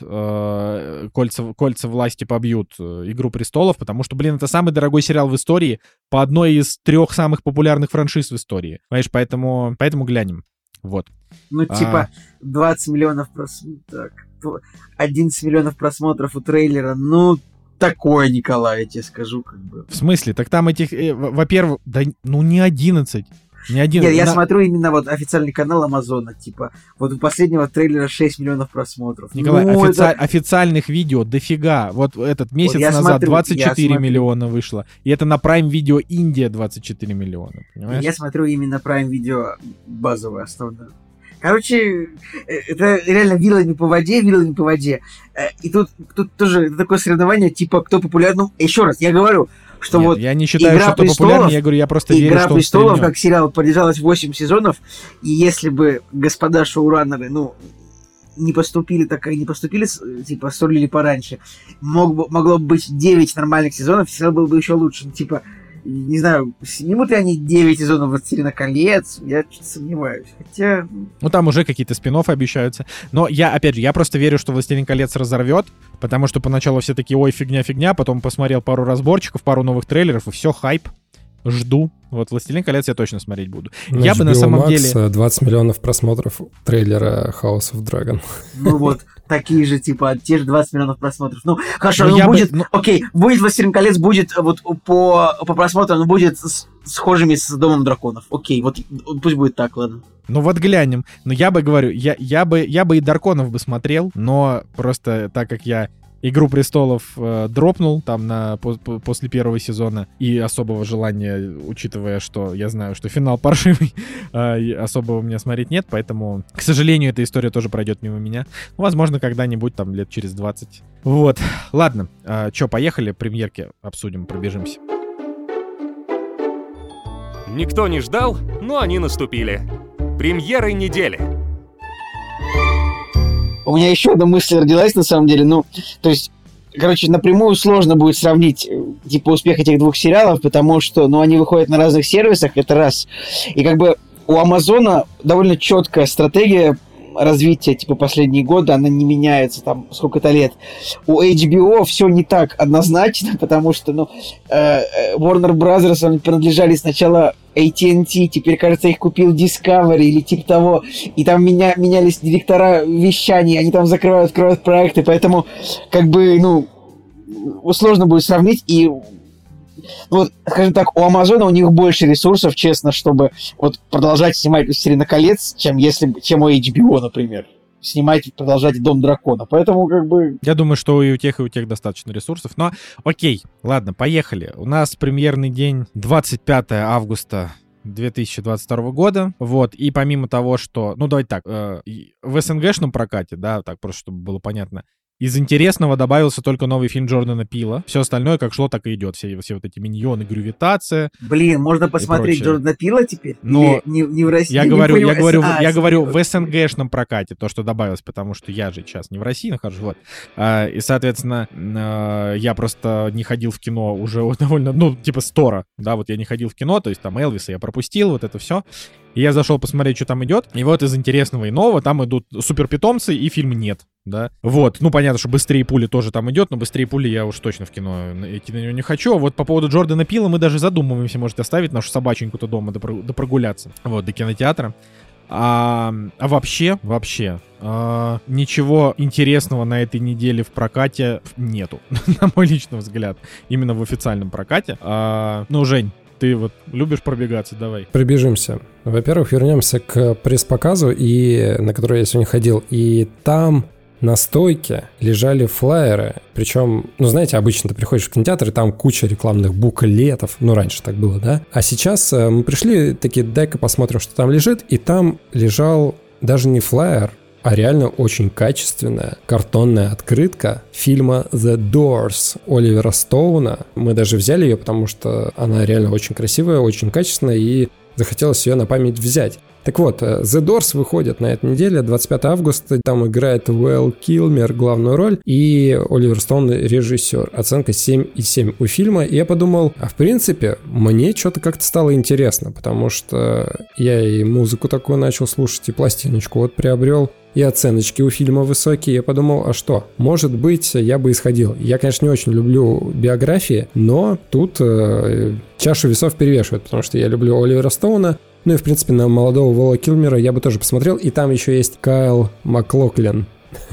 «Кольца власти» побьют «Игру престолов», потому что, блин, это самый дорогой сериал в истории по одной из 3 самых популярных франшиз в истории. Понимаешь, поэтому глянем. Вот. 20 миллионов просмотров, 11 миллионов просмотров у трейлера, такое, Николай, я тебе скажу, как бы. В смысле? Так там этих, во-первых, не 11. Нет, я смотрю именно вот официальный канал Амазона, типа, вот у последнего трейлера 6 миллионов просмотров. Николай, официальных видео дофига. Вот этот месяц назад 24 миллиона вышло. И это на Prime Video Индия 24 миллиона, понимаешь? Я смотрю именно Prime Video базовое, основное. Короче, это реально вилами по воде. И тут тоже такое соревнование, типа, кто популярный. Еще раз, я говорю, что Нет, вот я не считаю, «Игра что кто популярный, я говорю, я просто верю, «Игра что он престолов» стрельнет. как сериал продержалась 8 сезонов, и если бы господа шоураннеры, не поступили, типа, ссорили пораньше, могло бы быть 9 нормальных сезонов, сериал был бы еще лучше. Типа, не знаю, снимут ли они 9 сезонов «Властелина колец», я что-то сомневаюсь. Хотя... Там уже какие-то спин-оффы обещаются. Но я просто верю, что «Властелин колец» разорвет, потому что поначалу все такие, ой, фигня, потом посмотрел пару разборчиков, пару новых трейлеров, и все, хайп. Жду. Вот «Властелин колец» я точно смотреть буду. Я бы на самом деле... 20 миллионов просмотров трейлера House of Dragon. Такие же, типа, те же 20 миллионов просмотров. Хорошо, окей, будет «Властелин колец», будет вот по просмотрам, будет схожими с «Домом драконов». Окей, вот пусть будет так, ладно. Глянем. Но я бы говорю, я бы и «Драконов» бы смотрел, но просто так как я «Игру престолов» дропнул там после первого сезона, и особого желания, учитывая, что я знаю, что финал паршивый, особого у меня смотреть нет, поэтому, к сожалению, эта история тоже пройдет мимо меня. Возможно, когда-нибудь, там, лет через 20. Вот. Ладно. Поехали, премьерки обсудим, пробежимся. Никто не ждал, но они наступили. Премьеры недели. У меня еще одна мысль родилась, на самом деле. Напрямую сложно будет сравнить, типа, успех этих двух сериалов, потому что, они выходят на разных сервисах, это раз. И у Амазона довольно четкая стратегия развития, типа, последние годы, она не меняется, там, сколько-то лет. У HBO все не так однозначно, потому что, Warner Brothers, они принадлежали сначала AT&T, теперь, кажется, их купил Discovery или типа того, и там менялись директора вещаний, они там открывают проекты, поэтому, сложно будет сравнить, и скажем так, у Амазона у них больше ресурсов, честно, чтобы продолжать снимать «Властелина колец», чем у HBO, например. Продолжать «Дом дракона». Поэтому, Я думаю, что и у тех достаточно ресурсов. Но, окей, ладно, поехали. У нас премьерный день 25 августа 2022 года. Вот, и помимо того, что... давайте так, в СНГшном прокате, да, так просто, чтобы было понятно, из интересного добавился только новый фильм Джордана Пила. Все остальное как шло, так и идет. Все вот эти миньоны, гравитация. Блин, можно посмотреть Джордана Пила теперь? Но не в России? Я говорю в СНГшном прокате, то, что добавилось, потому что я же сейчас не в России нахожусь. Вот. И, соответственно, я просто не ходил в кино уже довольно, стора. Да, вот я не ходил в кино, то есть там Элвиса я пропустил, вот это все. И я зашел посмотреть, что там идет. И вот из интересного и нового там идут суперпитомцы и фильм «Нет». Да. Вот, понятно, что «Быстрее пули» тоже там идет, но «Быстрее пули» я уж точно в кино идти на него не хочу. Вот по поводу Джордана Пила мы даже задумываемся, может, оставить нашу собаченьку-то дома допрогуляться. Вот, до кинотеатра. А вообще, ничего интересного на этой неделе в прокате нету, на мой личный взгляд. Именно в официальном прокате. Жень, ты любишь пробегаться? Давай. Пробежимся. Во-первых, вернемся к пресс-показу, на который я сегодня ходил. И там на стойке лежали флаеры. Причем, знаете, обычно ты приходишь в кинотеатр, и там куча рекламных буклетов. Раньше так было, да? А сейчас мы пришли, такие, дай-ка посмотрим, что там лежит. И там лежал даже не флаер, а реально очень качественная картонная открытка фильма «The Doors» Оливера Стоуна. Мы даже взяли ее, потому что она реально очень красивая, очень качественная, и захотелось ее на память взять. Так вот, The Doors выходит на этой неделе, 25 августа, там играет Уэлл Килмер главную роль, и Оливер Стоун режиссер. Оценка 7,7 у фильма, и я подумал, в принципе, мне что-то как-то стало интересно, потому что я и музыку такую начал слушать, и пластиночку приобрел, и оценочки у фильма высокие. Я подумал, а что? Может быть, я бы исходил. Я, конечно, не очень люблю биографии, но тут чашу весов перевешивает, потому что я люблю Оливера Стоуна. И, в принципе, на молодого Уэлла Килмера я бы тоже посмотрел. И там еще есть Кайл Маклоклин.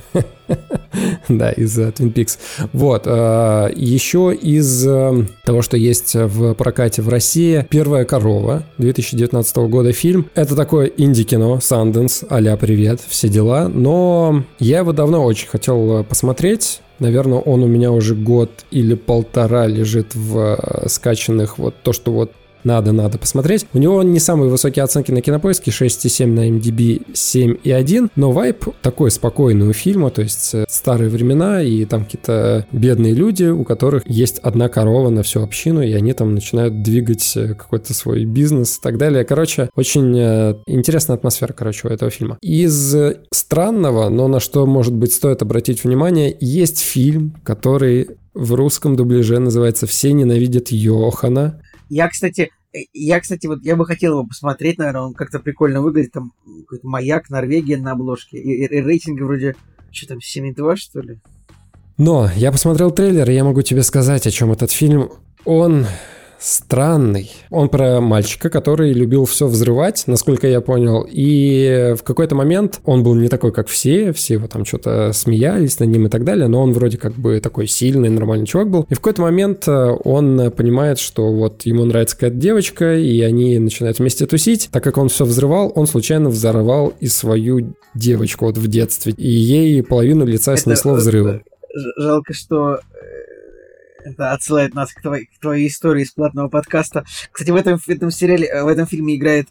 Да, из Twin Peaks. Вот. Еще из того, что есть в прокате в России, «Первая корова» 2019 года фильм. Это такое инди-кино, Sundance, а-ля привет, все дела. Но я его давно очень хотел посмотреть. Наверное, он у меня уже год или полтора лежит в скачанных, то, что Надо посмотреть. У него не самые высокие оценки на Кинопоиске, 6,7 на MDB, 7,1, но вайб такой спокойный у фильма, то есть старые времена, и там какие-то бедные люди, у которых есть одна корова на всю общину, и они там начинают двигать какой-то свой бизнес и так далее. Короче, очень интересная атмосфера, у этого фильма. Из странного, но на что, может быть, стоит обратить внимание, есть фильм, который в русском дубляже называется «Все ненавидят Йохана». Я, кстати, вот я бы хотел его посмотреть, наверное, он как-то прикольно выглядит, там какой-то маяк, Норвегия на обложке, и рейтинг вроде, что там, 7,2, что ли? Но я посмотрел трейлер, и я могу тебе сказать, о чем этот фильм. Он странный. Он про мальчика, который любил все взрывать, насколько я понял, и в какой-то момент он был не такой, как все его там что-то смеялись над ним и так далее, но он вроде как бы такой сильный, нормальный чувак был. И в какой-то момент он понимает, что вот ему нравится какая-то девочка, и они начинают вместе тусить. Так как он все взрывал, он случайно взорвал и свою девочку вот в детстве, и ей половину лица снесло взрывом. Жалко, что это отсылает нас к твоей истории из платного подкаста. Кстати, в этом фильме играет,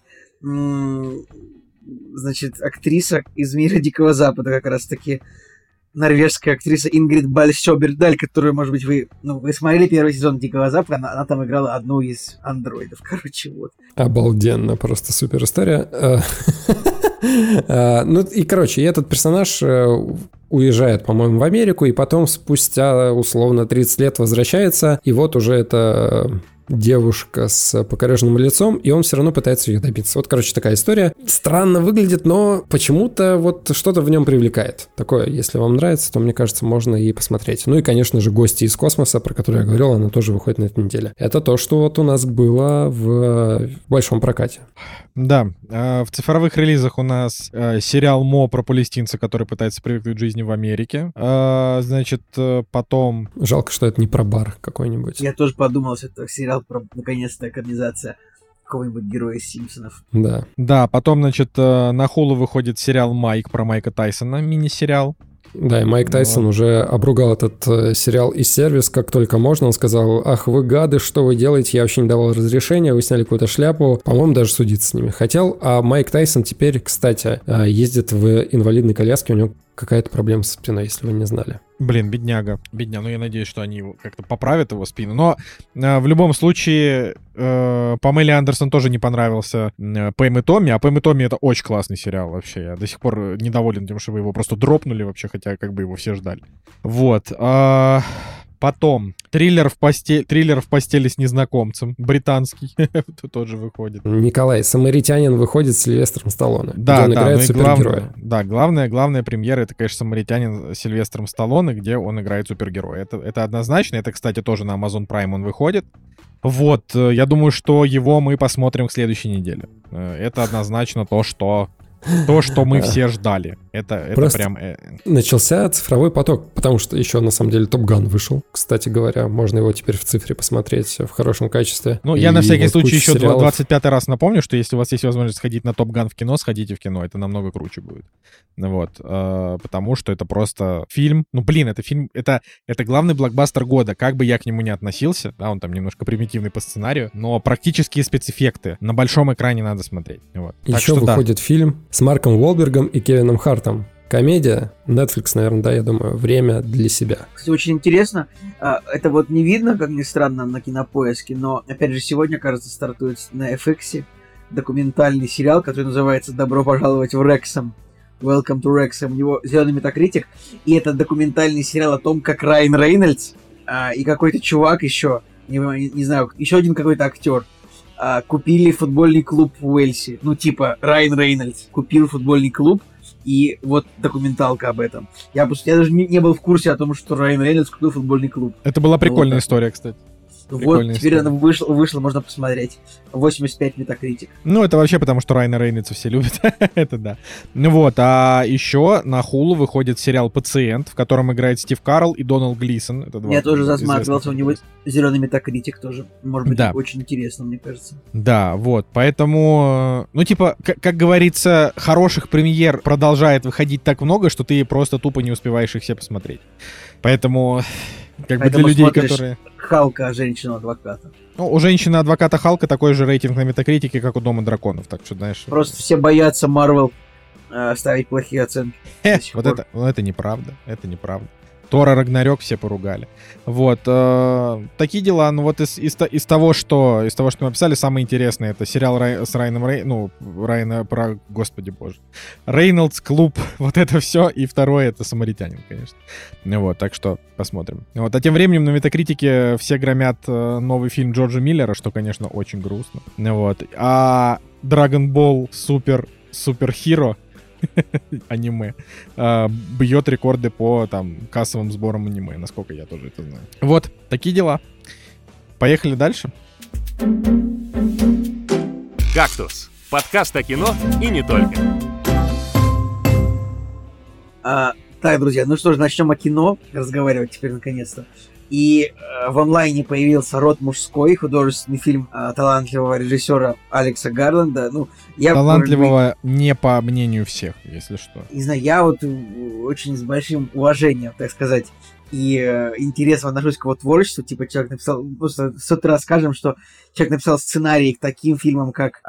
значит, актриса из «Мира Дикого Запада», как раз-таки норвежская актриса Ингрид Бальсёбердаль, которую, может быть, вы смотрели первый сезон «Дикого Запада», она там играла одну из андроидов. Короче, вот. Обалденно, просто супер история. Ну и, короче, этот персонаж уезжает, по-моему, в Америку, и потом спустя, условно, 30 лет возвращается, и вот уже это девушка с покореженным лицом, и он все равно пытается ее добиться. Вот, короче, такая история. Странно выглядит, но почему-то вот что-то в нем привлекает. Такое, если вам нравится, то, мне кажется, можно и посмотреть. Ну и, конечно же, «Гости из космоса», про который я говорил, она тоже выходит на этой неделе. Это то, что вот у нас было в большом прокате. Да, в цифровых релизах у нас сериал «Мо» про палестинца, который пытается привыкнуть к жизни в Америке. Значит, потом... Жалко, что это не про бар какой-нибудь. Я тоже подумал, что это сериал про, наконец-то, экранизация какого-нибудь героя из «Симпсонов». Да. Да, потом, значит, на Hulu выходит сериал «Майк» про Майка Тайсона, мини-сериал. Да, и Майк Тайсон уже обругал этот сериал и сервис как только можно. Он сказал: ах, вы гады, что вы делаете? Я вообще не давал разрешения, вы сняли какую-то шляпу. По-моему, даже судиться с ними хотел. А Майк Тайсон теперь, кстати, ездит в инвалидной коляске. У него какая-то проблема со спиной, если вы не знали. Блин, бедняга. Ну, я надеюсь, что они его как-то поправят, его спину. Но в любом случае, Памеле Андерсон тоже не понравился Пэм и Томми. А Пэм и Томми — это очень классный сериал вообще. Я до сих пор недоволен тем, что вы его просто дропнули вообще, хотя как бы его все ждали. Вот. Потом триллер в постели с незнакомцем, британский, тоже выходит. Николай, «Самаритянин» выходит с Сильвестром Сталлоне. Да, где он играет супергероя. Главная премьера — это, конечно, «Самаритянин» с Сильвестром Сталлоне, где он играет супергероя. Это однозначно. Это, кстати, тоже на Amazon Prime он выходит. Вот, я думаю, что его мы посмотрим в следующей неделе. Это однозначно то, что мы все ждали. Это прям... Начался цифровой поток, потому что еще, на самом деле, Топ Ган вышел. Кстати говоря, можно его теперь в цифре посмотреть в хорошем качестве. Ну, я на всякий случай еще 25-й раз напомню, что если у вас есть возможность сходить на Топ Ган в кино, сходите в кино. Это намного круче будет. Вот. Потому что это просто фильм. Ну, блин, это фильм... Это главный блокбастер года. Как бы я к нему не относился, да, он там немножко примитивный по сценарию, но практические спецэффекты на большом экране надо смотреть. Вот. Еще выходит фильм с Марком Уолбергом и Кевином Хартом. Комедия, Netflix, наверное, да, я думаю, время для себя. Кстати, очень интересно, это вот не видно, как ни странно, на Кинопоиске, но, опять же, сегодня, кажется, стартует на FX документальный сериал, который называется «Добро пожаловать в Рексхэм». Welcome to Wrexham. У него зеленый метакритик, и это документальный сериал о том, как Райан Рейнольдс и какой-то чувак еще, не знаю, еще один какой-то актер, купили футбольный клуб в Уэльсе. Ну, типа, Райан Рейнольдс купил футбольный клуб, и вот документалка об этом. Я даже не был в курсе о том, что Райан Рейнольдс купил футбольный клуб. Это была прикольная история, кстати. Вот, теперь она вышла, можно посмотреть. 85 метакритик. Ну, это вообще потому, что Райана Рейнольдса все любят. Это да. Ну вот, а еще на Hulu выходит сериал «Пациент», в котором играет Стив Карелл и Дональд Глисон. Я тоже засматривался, у него зеленый метакритик тоже. Может быть, да. Очень интересно, мне кажется. Да, вот, поэтому, ну, типа, как говорится, хороших премьер продолжает выходить так много, что ты просто тупо не успеваешь их все посмотреть. Поэтому... Как бы для Поэтому людей, смотришь которые... Халка, женщину-адвоката. Ну, у женщины-адвоката Халка такой же рейтинг на Метакритике, как у Дома драконов, так что, знаешь... Просто все боятся Марвел ставить плохие оценки. до сих Вот пор. это, ну, это неправда, это неправда. Тора Рагнарёк все поругали. Вот. Такие дела. Ну вот из того, что мы описали, самое интересное, это сериал с Райаном Райана про... Господи боже. Рейнольдс, клуб, вот это все. И второе, это Самаритянин, конечно. Вот, так что посмотрим. Вот. А тем временем на Метакритике все громят новый фильм Джорджа Миллера, что, конечно, очень грустно. Вот. А Dragon Ball Super Hero аниме бьет рекорды по там кассовым сборам аниме, насколько я тоже это знаю. Вот, такие дела. Поехали дальше. «Кактус» — подкаст о кино и не только. Так, друзья, ну что ж, начнем о кино разговаривать теперь наконец-то. И в онлайне появился «Род мужской», художественный фильм талантливого режиссера Алекса Гарланда. Ну, я, талантливого не по мнению всех, если что. Не знаю, я вот очень с большим уважением, так сказать, и интересом отношусь к его творчеству. Типа человек написал, просто в сотый раз скажем, что человек написал сценарий к таким фильмам, как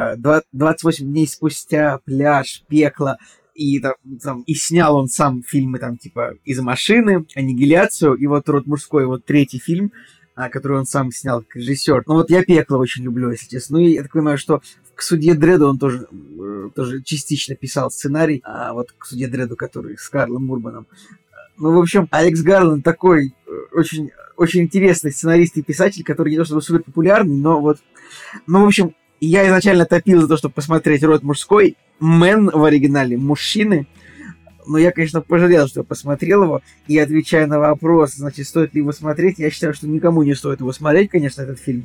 «28 дней спустя», «Пляж», «Пекло». И, и снял он сам фильмы там типа «Из машины», «Аннигиляцию», и вот «Род мужской», вот третий фильм, который он сам снял как режиссер. Ну вот я «Пекло» очень люблю, если честно. Ну и я так понимаю, что к «Судье Дредду» он тоже частично писал сценарий, вот к «Судье Дредду», который с Карлом Урбаном. Ну, в общем, Алекс Гарланд такой очень, очень интересный сценарист и писатель, который не то чтобы супер популярный, но вот... Ну, в общем, я изначально топил за то, чтобы посмотреть «Род мужской», «Мэн» в оригинале, «Мужчины». Но я, конечно, пожалел, что посмотрел его. И отвечая на вопрос, значит, стоит ли его смотреть, я считаю, что никому не стоит его смотреть, конечно, этот фильм.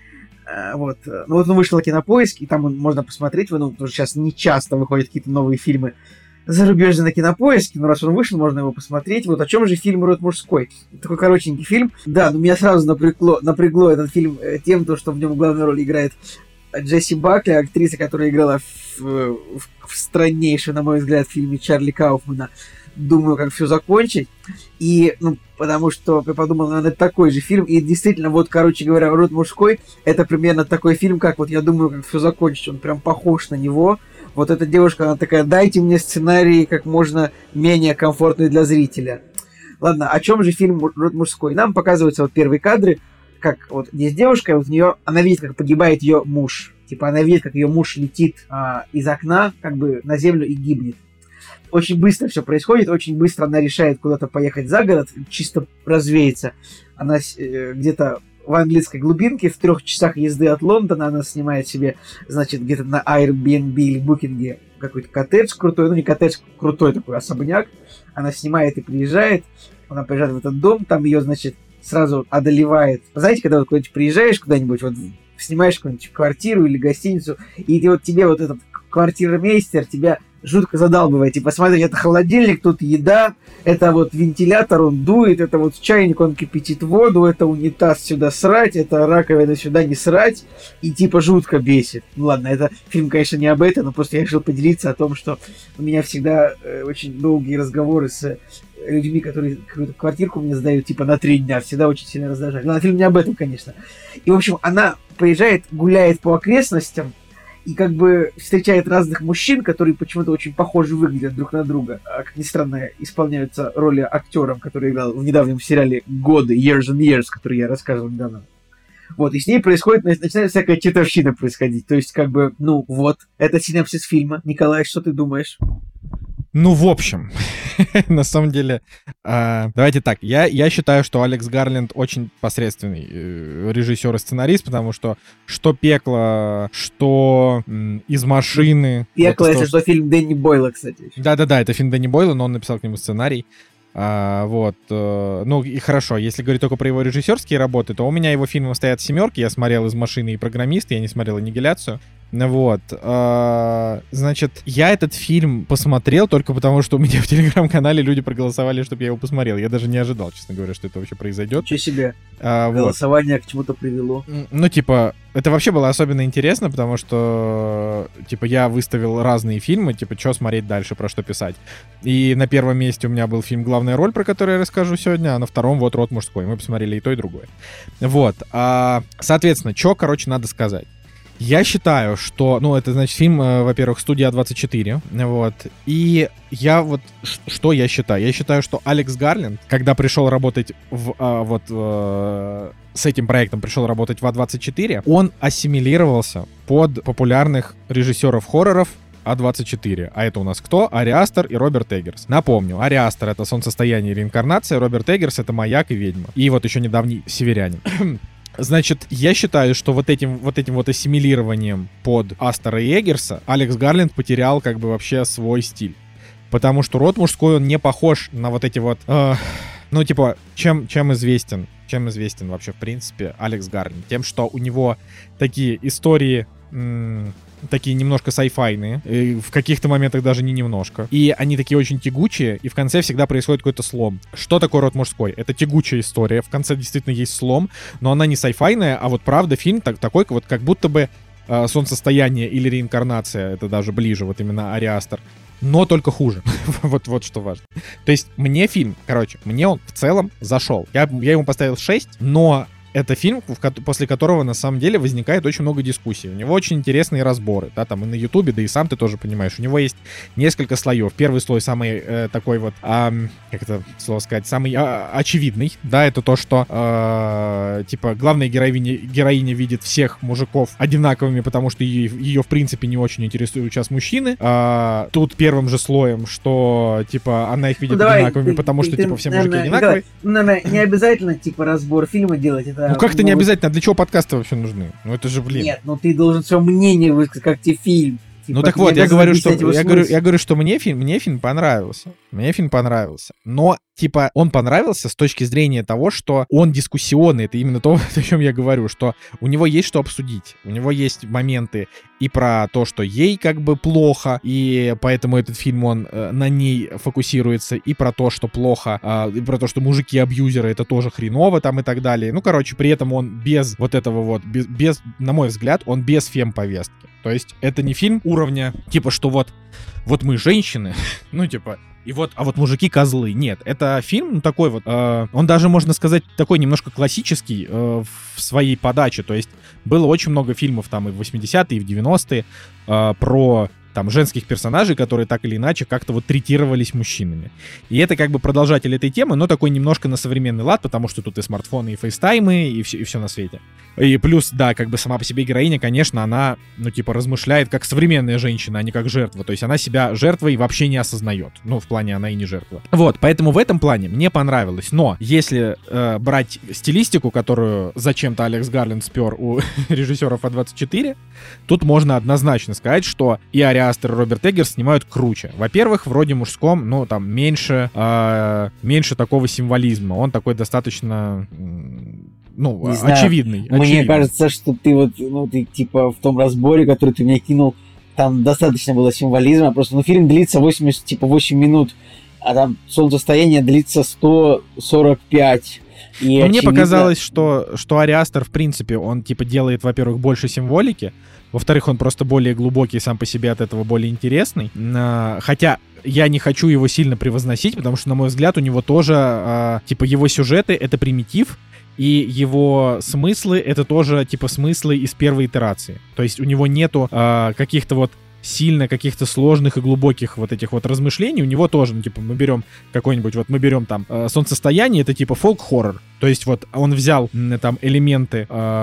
Вот. Ну вот он вышел на Кинопоиск, и там можно посмотреть. Ну, потому что сейчас не часто выходят какие-то новые фильмы зарубежные на Кинопоиске, но раз он вышел, можно его посмотреть. Вот о чем же фильм «Род мужской». Такой коротенький фильм. Да, но меня сразу напрягло этот фильм тем, что в нем главную роль играет Джесси Бакли, актриса, которая играла в страннейшем, на мой взгляд, фильме Чарли Кауфмана «Думаю, как все закончить». И, потому что я подумал, это такой же фильм. И действительно, вот, короче говоря, «Род мужской» — это примерно такой фильм, как вот «Я думаю, как все закончить». Он прям похож на него. Вот эта девушка, она такая: дайте мне сценарий как можно менее комфортный для зрителя. Ладно, о чем же фильм «Род мужской»? Нам показываются вот первые кадры, как вот есть девушка, вот у нее, она видит, как погибает ее муж. Типа она видит, как ее муж летит из окна как бы на землю и гибнет. Очень быстро все происходит, очень быстро она решает куда-то поехать за город, чисто развеяться. Она где-то в английской глубинке, в 3 часах езды от Лондона, она снимает себе, значит, где-то на Airbnb или Booking какой-то коттедж крутой, ну не коттедж, крутой такой особняк. Она снимает и приезжает, она приезжает в этот дом, там ее, значит, сразу одолевает. Знаете, когда вот куда-нибудь приезжаешь куда-нибудь, вот снимаешь какую-нибудь квартиру или гостиницу, и вот тебе вот этот квартирмейстер тебя жутко задалбывает. Типа, смотри, это холодильник, тут еда, это вот вентилятор, он дует, это вот чайник, он кипятит воду, это унитаз сюда срать, это раковина сюда не срать, и типа жутко бесит. Ну ладно, это фильм, конечно, не об этом, но просто я решил поделиться о том, что у меня всегда очень долгие разговоры с людьми, которые какую-то квартирку мне сдают, типа, на 3 дня, всегда очень сильно раздражают. Но фильм не об этом, конечно. И, в общем, она приезжает, гуляет по окрестностям, и как бы встречает разных мужчин, которые почему-то очень похожи выглядят друг на друга. А, как ни странно, исполняются роли актером, который играл в недавнем сериале «Годы», Years and Years, который я рассказывал недавно. Вот, и с ней начинает всякая чертовщина происходить. То есть, как бы, ну вот, это синопсис фильма. Николай, что ты думаешь? Ну, в общем, на самом деле, давайте так, я считаю, что Алекс Гарленд очень посредственный режиссер и сценарист, потому что «Пекло», что «Из машины». «Пекло», вот, если что, фильм Дэнни Бойла, кстати. Да-да-да, это фильм Дэнни Бойла, но он написал к нему сценарий. Ну и хорошо, если говорить только про его режиссерские работы, то у меня его фильмы стоят в 7, я смотрел «Из машины» и «Программист», я не смотрел «Аннигиляцию». Вот. Значит, я этот фильм посмотрел только потому, что у меня в Телеграм-канале люди проголосовали, чтобы я его посмотрел. Я даже не ожидал, честно говоря, что это вообще произойдет. Ничего себе. Вот. Голосование к чему-то привело. Ну, типа, это вообще было особенно интересно, потому что, типа, я выставил разные фильмы, типа, что смотреть дальше, про что писать. И на первом месте у меня был фильм «Главная роль», про который я расскажу сегодня, а на втором вот «Род мужской». Мы посмотрели и то, и другое. Вот. Соответственно, что, короче, надо сказать. Я считаю, что, ну, это, значит, фильм, во-первых, «Студия 24», вот, и я вот, что я считаю? Я считаю, что Алекс Гарленд, когда пришел работать с этим проектом пришел работать в А24, он ассимилировался под популярных режиссеров хорроров А24. А это у нас кто? Ари Астер и Роберт Эггерс. Напомню, Ари Астер — это «Солнцестояние и реинкарнация», Роберт Эггерс — это «Маяк» и «Ведьма». И вот еще недавний «Северянин». Значит, я считаю, что вот этим ассимилированием под Астера и Эггерса Алекс Гарленд потерял как бы вообще свой стиль. Потому что «Род мужской», он не похож на вот эти вот... ну, типа, чем известен вообще, в принципе, Алекс Гарленд? Тем, что у него такие истории... такие немножко сайфайные, в каких-то моментах даже не немножко. И они такие очень тягучие, и в конце всегда происходит какой-то слом. Что такое «Род мужской»? Это тягучая история, в конце действительно есть слом, но она не сайфайная, а вот правда фильм такой, вот как будто бы «Солнцестояние» или «Реинкарнация», это даже ближе, вот именно Ари Астер, но только хуже. вот что важно. То есть мне он в целом зашел. Я ему поставил 6, но это фильм, после которого, на самом деле, возникает очень много дискуссий. У него очень интересные разборы, да, там и на Ютубе, да и сам ты тоже понимаешь. У него есть несколько слоев. Первый слой самый такой вот, как это слово сказать, самый очевидный, да, это то, что, типа, главная героиня видит всех мужиков одинаковыми, потому что ее в принципе, не очень интересуют сейчас мужчины. Тут первым же слоем, что, типа, она их видит одинаковыми, потому что, типа, все мужики одинаковые. Не обязательно, типа, разбор фильма делать, это... Ну как-то не обязательно, а для чего подкасты вообще нужны? Ну это же, блин. Нет, ну ты должен свое мнение высказать, как тебе фильм. Типа, ну так вот, я говорю, что мне фильм понравился. Мне фильм понравился. Но, типа, он понравился с точки зрения того, что он дискуссионный. Это именно то, о чем я говорю, что у него есть что обсудить. У него есть моменты и про то, что ей как бы плохо, и поэтому этот фильм, он на ней фокусируется, и про то, что плохо, и про то, что мужики-абьюзеры, это тоже хреново там и так далее. Ну, короче, при этом он без вот этого вот, без, на мой взгляд, он без фем-повестки. То есть это не фильм уровня, типа, что вот мы женщины, ну, типа, и вот, а вот мужики козлы. Нет, это фильм, ну, такой вот, он даже, можно сказать, такой немножко классический в своей подаче. То есть было очень много фильмов там и в 80-е, и в 90-е про там женских персонажей, которые так или иначе как-то вот третировались мужчинами. И это как бы продолжатель этой темы, но такой немножко на современный лад, потому что тут и смартфоны, и фейстаймы, и все на свете. И плюс, да, как бы сама по себе героиня, конечно, она, ну, типа, размышляет как современная женщина, а не как жертва. То есть она себя жертвой вообще не осознает. Ну, в плане она и не жертва. Вот, поэтому в этом плане мне понравилось. Но если брать стилистику, которую зачем-то Алекс Гарленд спер у режиссеров А24, тут можно однозначно сказать, что и Ари Астер, и Роберт Эггерс снимают круче. Во-первых, вроде мужском, ну, там, меньше такого символизма. Он такой достаточно... ну, очевидный. Мне кажется, что ты вот, ну, ты типа в том разборе, который ты мне кинул, там достаточно было символизма. Просто, ну, фильм длится 8 минут, а там «Солнцестояние» длится 145. И очевидно... Мне показалось, что Ари Астер, в принципе, он, типа, делает, во-первых, больше символики, во-вторых, он просто более глубокий, сам по себе от этого более интересный. Хотя я не хочу его сильно превозносить, потому что, на мой взгляд, у него тоже, типа, его сюжеты — это примитив, и его смыслы — это тоже, типа, смыслы из первой итерации. То есть у него нету каких-то вот сильно каких-то сложных и глубоких вот этих вот размышлений. У него тоже, ну, типа, мы берем там «Солнцестояние», это типа фолк-хоррор. То есть вот он взял там элементы...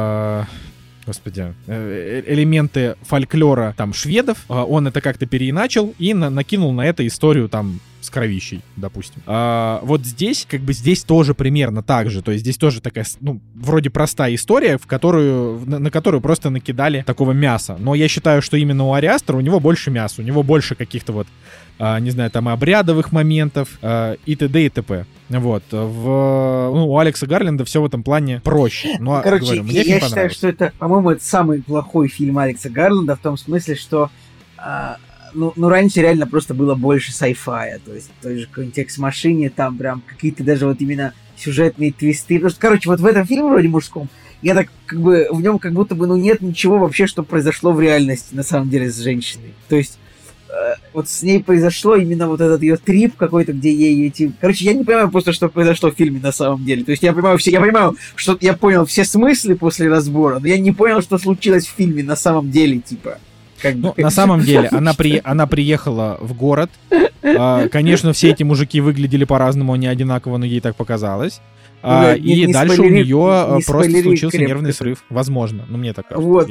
элементы фольклора там шведов, он это как-то переиначил и накинул на это историю там с кровищей, допустим. Вот здесь, как бы здесь тоже примерно так же, то есть здесь тоже такая, ну, вроде простая история, на которую просто накидали такого мяса. Но я считаю, что именно у Ари Астера у него больше мяса, у него больше каких-то вот не знаю, там обрядовых моментов и т.д. и т.п. Вот. У Алекса Гарленда все в этом плане проще. Но, короче, говорю, мне я считаю, что это, по-моему, это самый плохой фильм Алекса Гарленда в том смысле, что раньше реально просто было больше сайфая. То есть той же какой-нибудь «Экс-машине», там прям какие-то даже вот именно сюжетные твисты. Потому что, короче, вот в этом фильме вроде мужском, я так как бы в нем как будто бы нет ничего вообще, что произошло в реальности на самом деле с женщиной. То есть вот с ней произошло именно вот этот ее трип какой-то, где ей эти... Короче, я не понимаю просто, что произошло в фильме на самом деле. То есть я понимаю, что я понял все смыслы после разбора, но я не понял, что случилось в фильме на самом деле, типа. На самом деле, она приехала в город. Конечно, все эти мужики выглядели по-разному, не одинаково, но ей так показалось. И дальше у нее просто случился нервный срыв. Возможно, мне так кажется. Вот,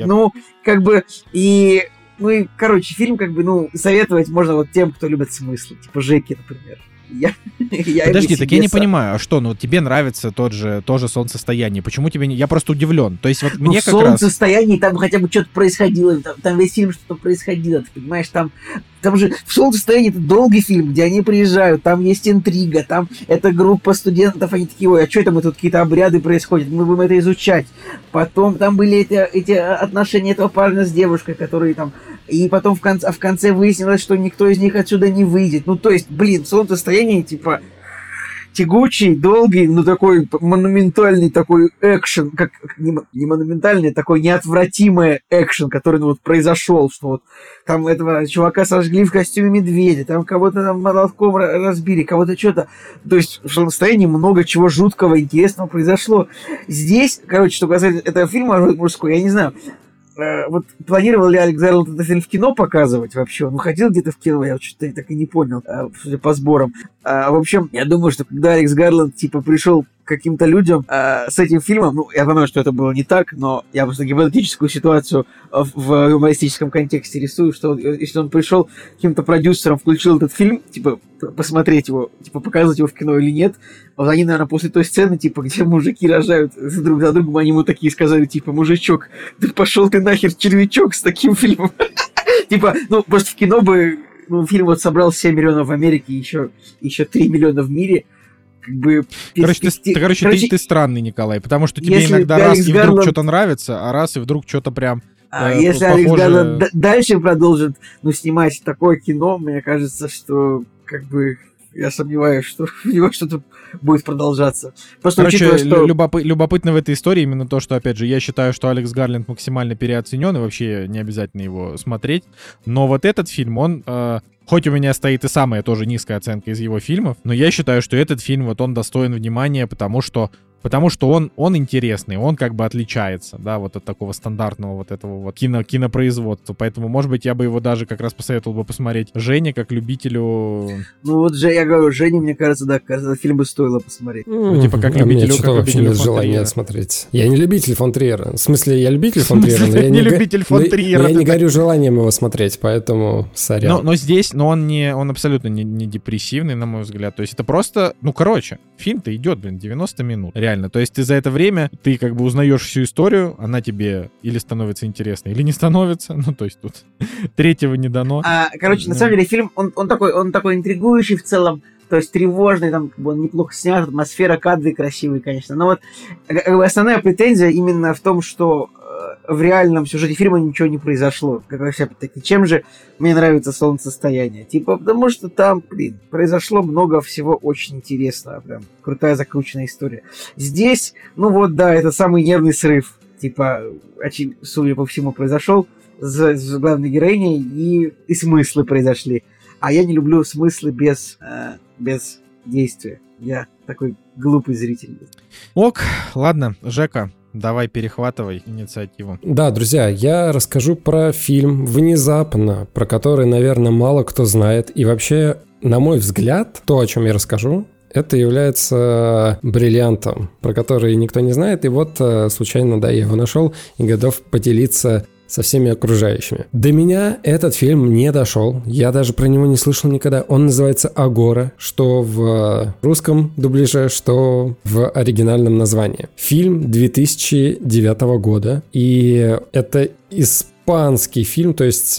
короче, фильм, советовать можно вот тем, кто любит смыслы. Типа Жеки, например. Подожди, так я не понимаю, а что, тебе нравится тоже «Солнцестояние», почему тебе не... Я просто удивлен, то есть вот мне как раз... В «Солнцестоянии» там хотя бы что-то происходило, там весь фильм что-то происходило, ты понимаешь, там же в «Солнцестоянии» это долгий фильм, где они приезжают, там есть интрига, там эта группа студентов, они такие, ой, а что там тут какие-то обряды происходят, мы будем это изучать. Потом там были эти отношения этого парня с девушкой, которые там... И потом в конце выяснилось, что никто из них отсюда не выйдет. То есть, «Солнцестояние», типа, тягучий, долгий, такой монументальный такой экшен, как не монументальный, такой неотвратимый экшен, который произошел, что вот там этого чувака сожгли в костюме медведя, там кого-то там молотком разбили, кого-то что-то. То есть в «Солнцестоянии» много чего жуткого, интересного произошло. Здесь, что касается этого фильма мужской, я не знаю, вот планировал ли Алекс Гарленд этот фильм в кино показывать вообще? Он ходил где-то в кино, я что-то так и не понял, судя по сборам. В общем, я думаю, что когда Алекс Гарленд пришел к каким-то людям с этим фильмом, я понимаю, что это было не так, но я просто гипотетическую ситуацию в юмористическом контексте рисую, что если он пришел к каким-то продюсерам, включил этот фильм, посмотреть его, показывать его в кино или нет, вот они, наверное, после той сцены, где мужики рожают друг за другом, они ему такие сказали, мужичок, да пошел ты нахер, червячок, с таким фильмом. Просто в кино бы фильм собрал 7 миллионов в Америке, еще 3 миллиона в мире. Ты странный, Николай, потому что тебе иногда раз и вдруг что-то нравится, а раз и вдруг что-то прям если Алекс Гарленд дальше продолжит снимать такое кино, мне кажется, что я сомневаюсь, что у него что-то будет продолжаться. Просто учитывая, что... любопытно в этой истории именно то, что, опять же, я считаю, что Алекс Гарленд максимально переоценен, и вообще не обязательно его смотреть. Но вот этот фильм, он... Хоть у меня стоит и самая тоже низкая оценка из его фильмов, но я считаю, что этот фильм, он достоин внимания, потому что он интересный, он отличается, да, от такого стандартного этого кинопроизводства. Поэтому, может быть, я бы его даже как раз посоветовал бы посмотреть Жене, как любителю... я говорю, Жене, мне кажется, да, этот фильм бы стоило посмотреть. Как любителю, как вообще нет желания смотреть. Я не любитель фон Триера. В смысле, я любитель фон Триера, но я не любитель фон Триера. Я не горю желанием его смотреть, поэтому сорян. Но он абсолютно не депрессивный, на мой взгляд. То есть это просто, фильм-то идет, 90 минут, реально. То есть ты за это время, ты узнаешь всю историю, она тебе или становится интересной, или не становится. То есть тут третьего не дано. На самом деле фильм, он такой интригующий в целом, то есть тревожный, он неплохо снят, атмосфера, кадры красивые, конечно. Но основная претензия именно в том, что в реальном сюжете фильма ничего не произошло. Опять-таки, чем же мне нравится «Солнцестояние»? Потому что там, произошло много всего очень интересного. Прям крутая закрученная история. Здесь, это самый нервный срыв. Судя по всему, произошел с главной героиней, и смыслы произошли. А я не люблю смыслы без действия. Я такой глупый зритель. Ок, ладно, Жека, давай перехватывай инициативу. Да, друзья, я расскажу про фильм «Внезапно», про который, наверное, мало кто знает. И вообще, на мой взгляд, то, о чем я расскажу, это является бриллиантом, про который никто не знает. И случайно, я его нашел и готов поделиться со всеми окружающими. До меня этот фильм не дошел. Я даже про него не слышал никогда. Он называется «Агора», что в русском дубляже, что в оригинальном названии. Фильм 2009 года. И это из испанский фильм, то есть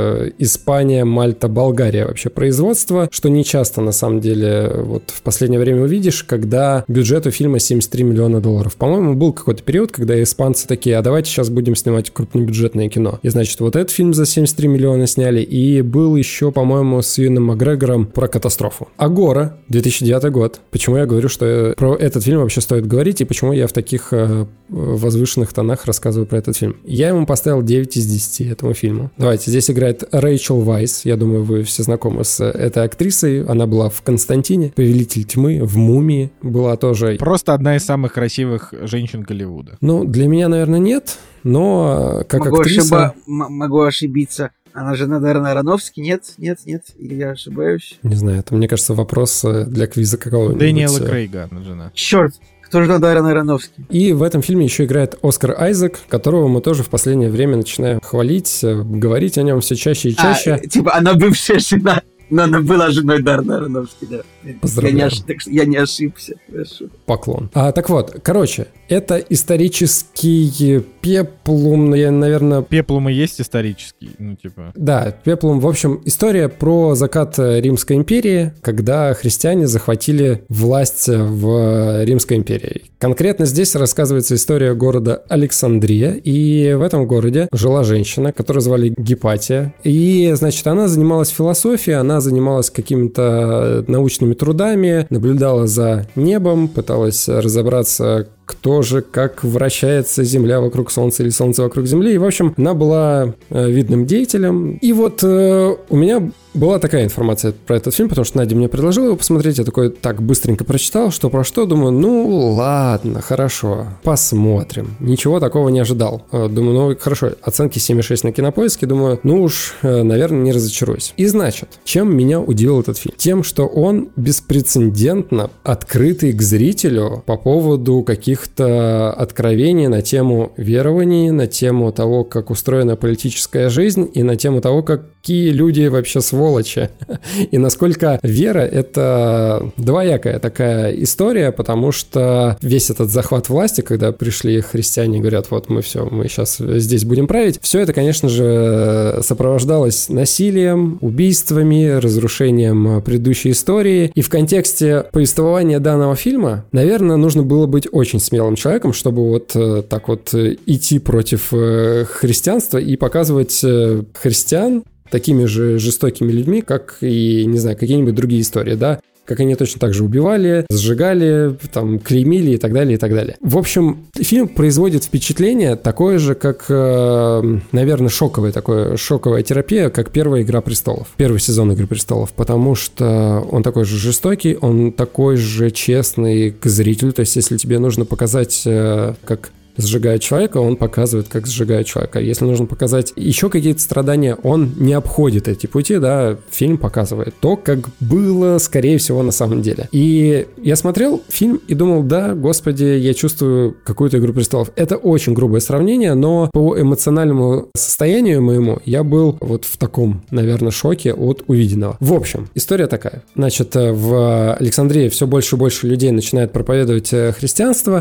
Испания, Мальта, Болгария вообще производство, что не часто на самом деле вот в последнее время увидишь, когда бюджет у фильма $73 миллиона. По-моему, был какой-то период, когда испанцы такие, а давайте сейчас будем снимать крупнобюджетное кино. И значит, вот этот фильм за 73 миллиона сняли, и был еще, по-моему, с Юэном Макгрегором про катастрофу. Агора, 2009 год. Почему я говорю, что про этот фильм вообще стоит говорить, и почему я в таких возвышенных тонах рассказываю про этот фильм. Я ему поставил 9 из 10 этому фильму. Давайте, здесь играет Рэйчел Вайс. Я думаю, вы все знакомы с этой актрисой. Она была в «Константине», «Повелитель тьмы», в «Мумии» была тоже. Просто одна из самых красивых женщин Голливуда. Ну, для меня, наверное, нет, но как актриса... Могу ошибиться. Она жена Даррена Аронофски? Нет? Или я ошибаюсь? Не знаю, это, мне кажется, вопрос для квиза какого-нибудь. Дэниела Крейга, она жена. Черт! Кто жена Даррена Аронофски? И в этом фильме еще играет Оскар Айзек, которого мы тоже в последнее время начинаем хвалить, говорить о нем все чаще и чаще. Типа она бывшая жена. Но она была женой Даррена Аронофски, да. Поздравляю. Я не ошибся. Хорошо. Поклон. Так вот, короче, это исторический пеплум, наверное... Пеплум и есть исторический, ну типа... Да, пеплум. В общем, история про закат Римской империи, когда христиане захватили власть в Римской империи. Конкретно здесь рассказывается история города Александрия, и в этом городе жила женщина, которую звали Гипатия. И, значит, она занималась философией, она занималась какими-то научными трудами, наблюдала за небом, пыталась разобраться, кто же, как вращается Земля вокруг Солнца или Солнце вокруг Земли. И, в общем, она была видным деятелем. И вот у меня была такая информация про этот фильм, потому что Надя мне предложила его посмотреть. Я такой так быстренько прочитал, что про что. Думаю, ну ладно, хорошо, посмотрим. Ничего такого не ожидал. Думаю, ну хорошо, оценки 7,6 на Кинопоиске. Думаю, ну уж, наверное, не разочаруюсь. И значит, чем меня удивил этот фильм? Тем, что он беспрецедентно открытый к зрителю по поводу каких-то откровений на тему верований, на тему того, как устроена политическая жизнь и на тему того, какие люди вообще сволочи. И насколько вера — это двоякая такая история, потому что весь этот захват власти, когда пришли христиане и говорят, вот мы все, мы сейчас здесь будем править, все это, конечно же, сопровождалось насилием, убийствами, разрушением предыдущей истории. И в контексте повествования данного фильма, наверное, нужно было быть очень смелым человеком, чтобы вот так вот идти против христианства и показывать христиан такими же жестокими людьми, как и, не знаю, какие-нибудь другие истории, да, как они точно так же убивали, сжигали, там, клеймили и так далее, и так далее. В общем, фильм производит впечатление такое же, как, наверное, шоковая терапия, как первая «Игра престолов», первый сезон «Игры престолов», потому что он такой же жестокий, он такой же честный к зрителю, то есть если тебе нужно показать, как сжигает человека, он показывает, как сжигает человека. Если нужно показать еще какие-то страдания, он не обходит эти пути, да, фильм показывает то, как было, скорее всего, на самом деле. И я смотрел фильм и думал, да, господи, я чувствую какую-то «Игру престолов». Это очень грубое сравнение, но по эмоциональному состоянию моему я был вот в таком, наверное, шоке от увиденного. В общем, история такая. Значит, в Александрии все больше и больше людей начинают проповедовать христианство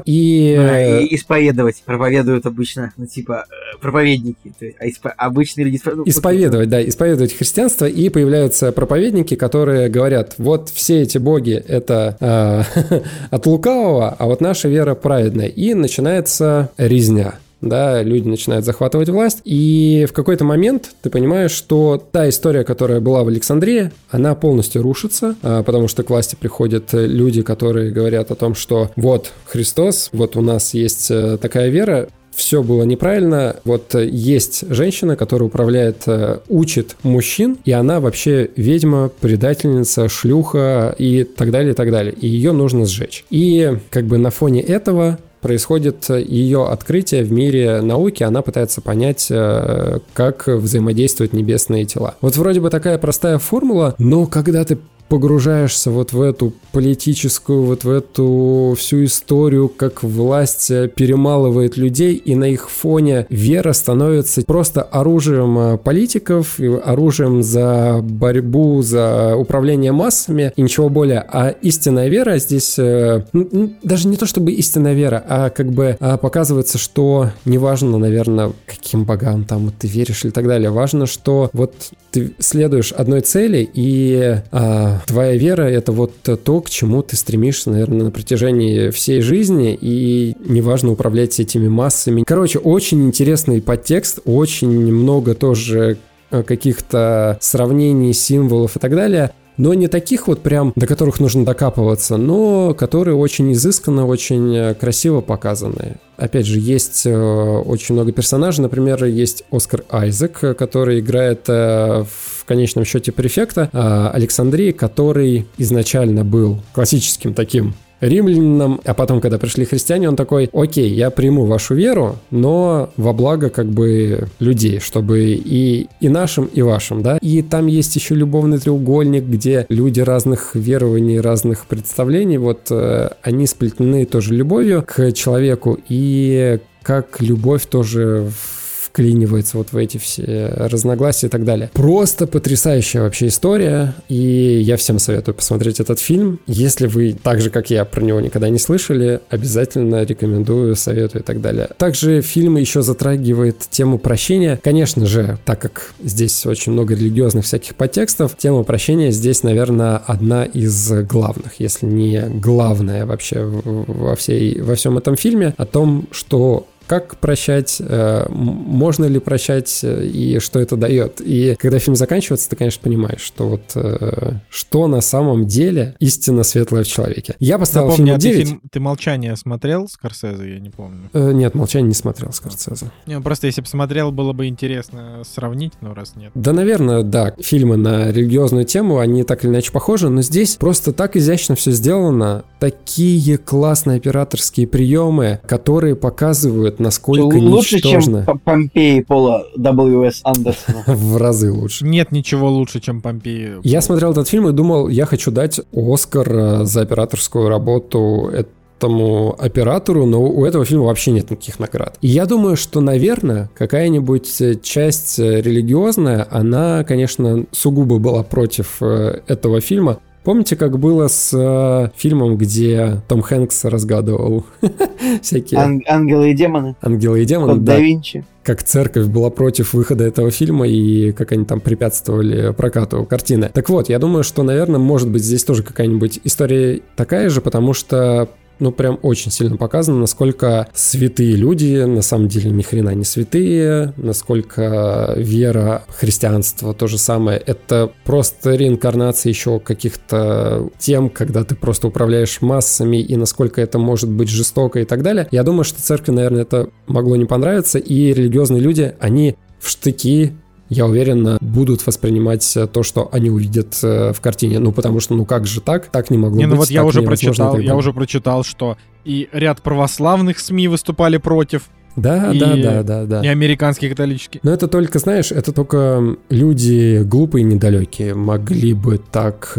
и исповедовать. Проповедуют обычно, ну, типа, проповедники. То есть, обычные люди... Исповедовать христианство, и появляются проповедники, которые говорят, вот все эти боги — это от лукавого, а вот наша вера праведная. И начинается резня. Да, люди начинают захватывать власть, и в какой-то момент ты понимаешь, что та история, которая была в Александрии, она полностью рушится, потому что к власти приходят люди, которые говорят о том, что вот Христос, вот у нас есть такая вера, все было неправильно. Вот есть женщина, которая управляет, учит мужчин, и она вообще ведьма, предательница, шлюха и так далее, и так далее. И ее нужно сжечь. И как бы на фоне этого происходит ее открытие в мире науки, она пытается понять, как взаимодействуют небесные тела. Вот вроде бы такая простая формула, но когда ты погружаешься вот в эту политическую, вот в эту всю историю, как власть перемалывает людей, и на их фоне вера становится просто оружием политиков, оружием за борьбу, за управление массами, и ничего более. А истинная вера здесь, даже не то чтобы истинная вера, а как бы показывается, что неважно, наверное, каким богам там ты веришь или так далее, важно, что вот ты следуешь одной цели, и твоя вера — это вот то, к чему ты стремишься, наверное, на протяжении всей жизни, и неважно управлять этими массами. Короче, очень интересный подтекст, очень много тоже каких-то сравнений, символов и так далее, но не таких вот прям, до которых нужно докапываться, но которые очень изысканно, очень красиво показаны. Опять же, есть очень много персонажей. Например, есть Оскар Айзек, который играет в конечном счете префекта Александрии, который изначально был классическим таким римлянином, а потом, когда пришли христиане, он такой: окей, я приму вашу веру, но во благо как бы людей, чтобы и нашим, и вашим, да. И там есть еще любовный треугольник, где люди разных верований, разных представлений, вот они сплетены тоже любовью к человеку, и как любовь тоже вклинивается вот в эти все разногласия и так далее. Просто потрясающая вообще история, и я всем советую посмотреть этот фильм. Если вы, так же как я, про него никогда не слышали, обязательно рекомендую, советую и так далее. Также фильм еще затрагивает тему прощения. Конечно же, так как здесь очень много религиозных всяких подтекстов, тема прощения здесь, наверное, одна из главных, если не главная вообще во всем этом фильме, о том, что как прощать, можно ли прощать и что это дает. И когда фильм заканчивается, ты, конечно, понимаешь, что вот что на самом деле истинно светлое в человеке. Я поставил фильму 9. Ты «Молчание» смотрел Скорсезе? Я не помню. Нет, «Молчание» не смотрел Скорсезе. Просто если бы смотрел, было бы интересно сравнить, но раз нет. Да, наверное, да. Фильмы на религиозную тему, они так или иначе похожи, но здесь просто так изящно все сделано. Такие классные операторские приемы, которые показывают, насколько лучше, ничтожно. Чем Помпеи Пола W.S. Андерсона. В разы лучше. Нет ничего лучше, чем Помпеи. Я смотрел этот фильм и думал, я хочу дать Оскар за операторскую работу этому оператору, но у этого фильма вообще нет никаких наград. И я думаю, что, наверное, какая-нибудь часть религиозная, она, конечно, сугубо была против этого фильма. Помните, как было с фильмом, где Том Хэнкс разгадывал всякие... Ангелы и демоны. Ангелы и демоны, Код да Винчи. Как церковь была против выхода этого фильма и как они там препятствовали прокату картины. Так вот, я думаю, что, наверное, может быть здесь тоже какая-нибудь история такая же, потому что прям очень сильно показано, насколько святые люди на самом деле ни хрена не святые, насколько вера, христианство, то же самое, это просто реинкарнация еще каких-то тем, когда ты просто управляешь массами, и насколько это может быть жестоко и так далее. Я думаю, что церкви, наверное, это могло не понравиться, и религиозные люди, они в штыки, я уверен, будут воспринимать то, что они увидят в картине. Потому что, как же так? Так не могло быть. Вот я уже прочитал, что и ряд православных СМИ выступали против. Да. И американские католические. Но это только, знаешь, это только люди глупые и недалекие могли бы так...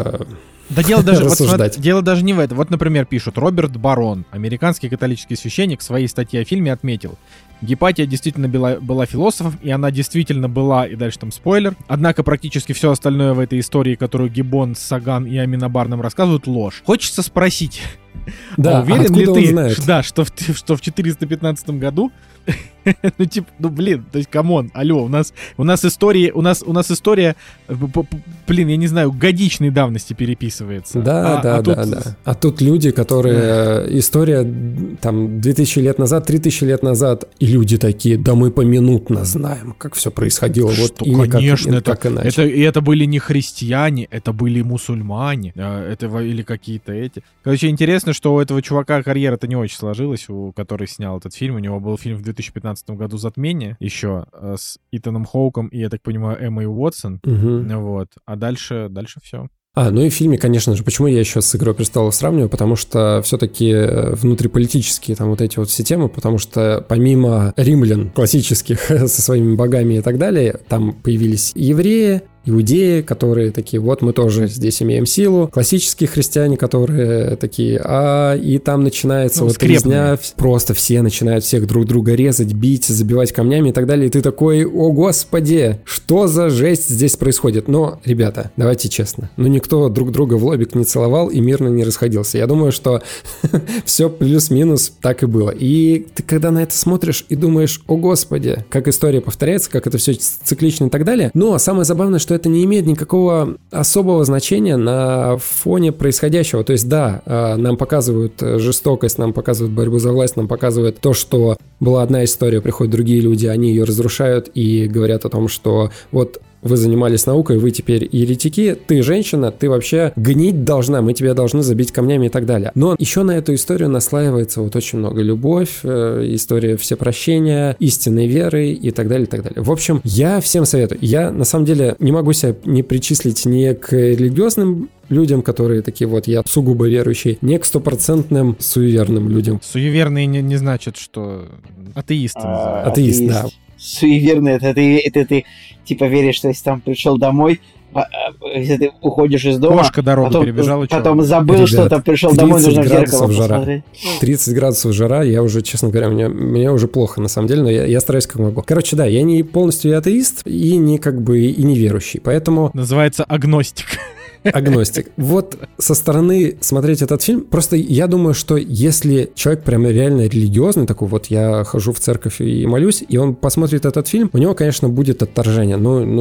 Да дело даже не в этом. Вот, например, пишут: Роберт Барон, американский католический священник, в своей статье о фильме отметил: Гипатия действительно была философом, и она действительно была, и дальше там спойлер. Однако практически все остальное в этой истории, которую Гиббон, Саган и Аминобар нам рассказывают, ложь. Хочется спросить, да, уверен ли ты, да, что в 415 году то есть, камон, алло, у нас история, я не знаю, годичной давности переписывается. Да. А тут люди, которые, история там 2000 лет назад, 3000 лет назад, и люди такие: да мы поминутно знаем, как все происходило. Вот, и конечно, никак иначе. Это были не христиане, это были мусульмане, или какие-то эти. Короче, интересно, что у этого чувака карьера-то не очень сложилась, который снял этот фильм. У него был фильм в 2015 году «Затмение» еще с Итаном Хоуком и, я так понимаю, Эммой Уотсон. Вот. А дальше все. И в фильме, конечно же, почему я еще с «Игрой престолов» сравниваю, потому что все-таки внутриполитические там вот эти вот все темы, потому что помимо римлян классических со своими богами и так далее, там появились евреи, иудеи, которые такие, вот мы тоже здесь имеем силу, классические христиане, которые такие, и там начинается вот резня, просто все начинают всех друг друга резать, бить, забивать камнями и так далее, и ты такой, о господи, что за жесть здесь происходит? Но, ребята, давайте честно, никто друг друга в лобик не целовал и мирно не расходился. Я думаю, что все плюс-минус так и было. И ты когда на это смотришь и думаешь, о господи, как история повторяется, как это все циклично и так далее, но самое забавное, что это не имеет никакого особого значения на фоне происходящего. То есть да, нам показывают жестокость, нам показывают борьбу за власть, нам показывают то, что была одна история, приходят другие люди, они ее разрушают и говорят о том, что вот вы занимались наукой, вы теперь еретики, ты женщина, ты вообще гнить должна, мы тебя должны забить камнями и так далее. Но еще на эту историю наслаивается вот очень много любовь, история всепрощения, истинной веры и так далее, и так далее. В общем, я всем советую. Я, на самом деле, не могу себя не причислить ни к религиозным людям, которые такие вот, я сугубо верующий, не к стопроцентным суеверным людям. Суеверные не значит, что атеисты называют. Атеист, да. Суеверный, это ты типа веришь, что если там пришел домой, если ты уходишь из дома, кошка дорогу перебежала, потом забыл, ребят, что там пришел домой, нужно в зеркало жара. посмотреть. 30 градусов жара, я уже, честно говоря, мне уже плохо на самом деле, но я стараюсь как могу. Короче, да, я не полностью атеист и не как бы и не верующий, поэтому... Называется агностик. Агностик. Вот со стороны смотреть этот фильм, просто я думаю, что если человек прям реально религиозный, такой вот я хожу в церковь и молюсь, и он посмотрит этот фильм, у него, конечно, будет отторжение.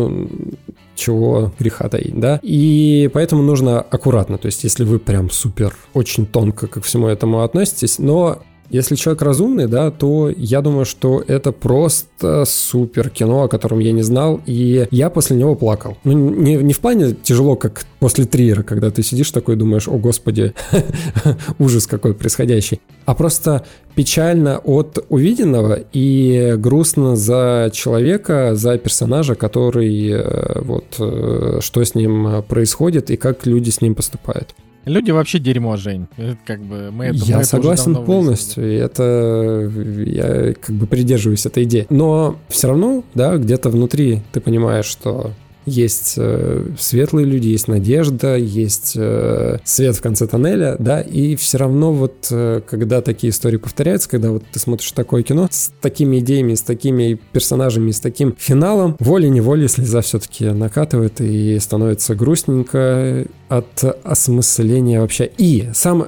Чего греха таить, да? И поэтому нужно аккуратно, то есть если вы прям супер, очень тонко ко всему этому относитесь, но... Если человек разумный, да, то я думаю, что это просто супер кино, о котором я не знал, и я после него плакал. Не в плане тяжело, как после триллера, когда ты сидишь такой и думаешь, о господи, ужас какой происходящий, а просто печально от увиденного и грустно за человека, за персонажа, который что с ним происходит и как люди с ним поступают. Люди вообще дерьмо, Жень. Я согласен полностью. Я как бы придерживаюсь этой идеи. Но все равно, да, где-то внутри ты понимаешь, что есть светлые люди, есть надежда, есть свет в конце тоннеля, да, и все равно вот когда такие истории повторяются, когда вот ты смотришь такое кино с такими идеями, с такими персонажами, с таким финалом, волей-неволей слеза все-таки накатывает и становится грустненько от осмысления вообще. И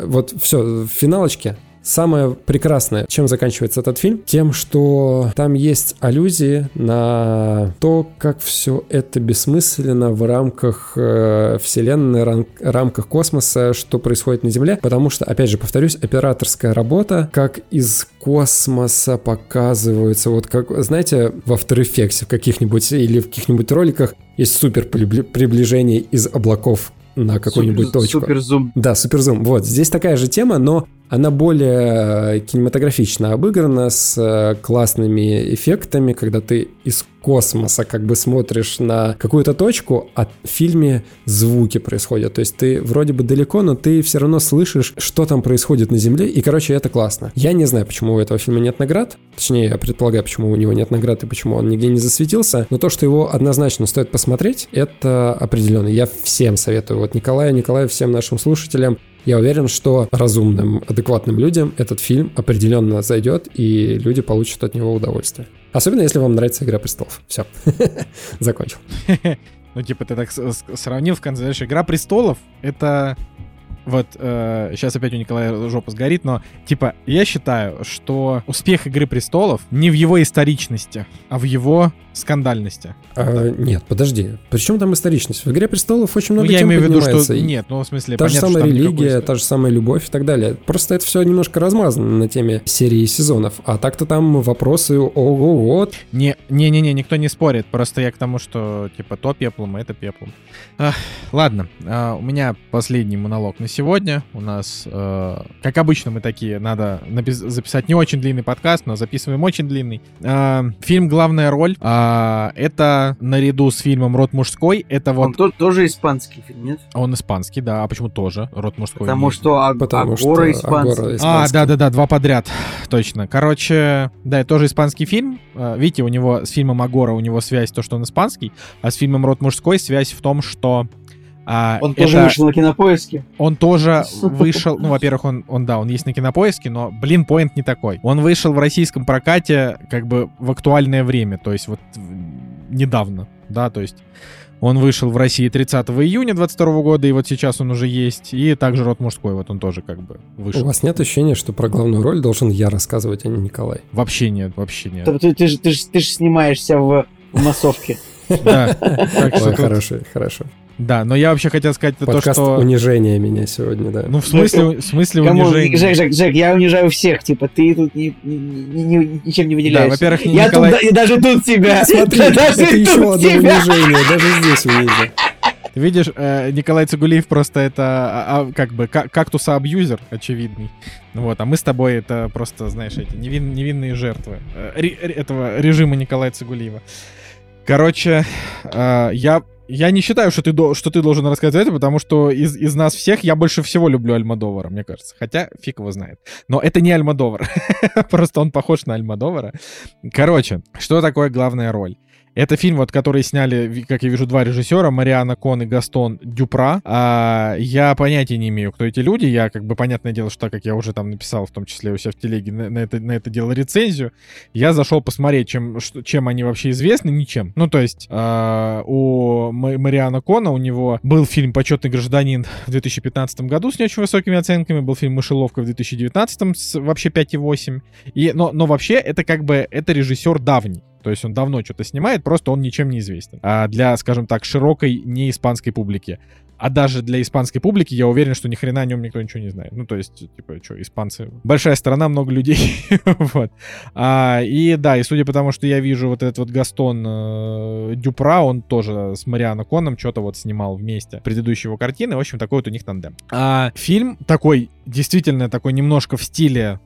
в финалочке самое прекрасное, чем заканчивается этот фильм, тем, что там есть аллюзии на то, как все это бессмысленно в рамках вселенной, рамках космоса, что происходит на Земле, потому что, опять же, повторюсь, операторская работа, как из космоса показывается, вот как, знаете, в After Effects в каких-нибудь или в каких-нибудь роликах есть супер приближение из облаков на какую-нибудь точку. Суперзум. Да, суперзум. Вот, здесь такая же тема, но она более кинематографично обыграна, с классными эффектами, когда ты из космоса как бы смотришь на какую-то точку, а в фильме звуки происходят. То есть ты вроде бы далеко, но ты все равно слышишь, что там происходит на Земле, и, короче, это классно. Я не знаю, почему у этого фильма нет наград, точнее, я предполагаю, почему у него нет наград и почему он нигде не засветился, но то, что его однозначно стоит посмотреть, это определенно. Я всем советую. Вот Николаю, всем нашим слушателям, я уверен, что разумным, адекватным людям этот фильм определенно зайдет, и люди получат от него удовольствие. Особенно, если вам нравится «Игра престолов». Все, закончил. Ты так сравнил в конце, знаешь, «Игра престолов» — это... Вот, сейчас опять у Николая жопа сгорит, но, я считаю, что успех «Игры престолов» не в его историчности, а в его скандальности. Нет, подожди. Причем там историчность? В «Игре престолов» очень много тем поднимается. Я имею в виду, что... Нет, в смысле, та же понятно, самая религия, та же самая любовь и так далее. Просто это все немножко размазано на теме серии и сезонов. А так-то там вопросы ого-го. Не-не-не, никто не спорит. Просто я к тому, что, то пеплом, а это пеплом. Ладно, у меня последний монолог на сегодня. У нас, как обычно, мы такие, надо записать не очень длинный подкаст, но записываем очень длинный. Фильм «Главная роль». Это наряду с фильмом «Род мужской». Это вот... Он тоже испанский фильм, нет? Он испанский, да. А почему тоже «Род мужской»? Потому что Агора испанский. Да, два подряд. Точно. Короче, да, это тоже испанский фильм. Видите, у него с фильмом «Агора» у него связь то, что он испанский, а с фильмом «Род мужской» связь в том, что... Он тоже вышел на Кинопоиске? Он тоже вышел... Ну, во-первых, он есть на Кинопоиске, но, поинт не такой. Он вышел в российском прокате как бы в актуальное время, то есть вот недавно, да, то есть он вышел в России 30 июня 22 года, и вот сейчас он уже есть, и также «Род мужской», вот он тоже как бы вышел. У вас нет ощущения, что про главную роль должен я рассказывать, а не Николай? Вообще нет. Ты же снимаешься в массовке. Да. Хорошо. Да, но я вообще хотел сказать подкаст то, что... унижения меня сегодня, да. Ну, в смысле унижения? Жек, я унижаю всех, типа, ты тут ничем не выделяешься. Да, во-первых, я Николай... тут, и даже тут тебя... Смотри, это еще одно унижение, даже здесь унизил. Ты видишь, Николай Цугулиев просто это как бы кактуса-абьюзер, очевидный. Вот, а мы с тобой это просто, знаешь, эти невинные жертвы этого режима Николая Цугулиева. Короче, я не считаю, что ты должен рассказать это, потому что из нас всех я больше всего люблю Альмодовара, мне кажется. Хотя фиг его знает. Но это не Альмодовар. Просто он похож на Альмодовара. Короче, что такое главная роль? Это фильм, вот, который сняли, как я вижу, два режиссера, Мариана Кон и Гастон Дюпра. Я понятия не имею, кто эти люди. Я, как бы, понятное дело, что так как я уже там написал, в том числе у себя в телеге, на это дело рецензию, я зашел посмотреть, чем они вообще известны, ничем. Ну, то есть, у Мариана Кона, у него был фильм «Почетный гражданин» в 2015 году с не очень высокими оценками, был фильм «Мышеловка» в 2019 с вообще 5,8. Но вообще, это как бы, это режиссер давний. То есть он давно что-то снимает, просто он ничем не известен. А для, скажем так, широкой не испанской публики. А даже для испанской публики я уверен, что ни хрена о нем никто ничего не знает. Ну, то есть, типа, что, испанцы... Большая страна, много людей. Вот. И да, и судя по тому, что я вижу вот этот вот Гастон Дюпра, он тоже с Мариано Коном что-то вот снимал вместе предыдущие его картины. В общем, такой вот у них тандем. Фильм такой, действительно такой немножко в стиле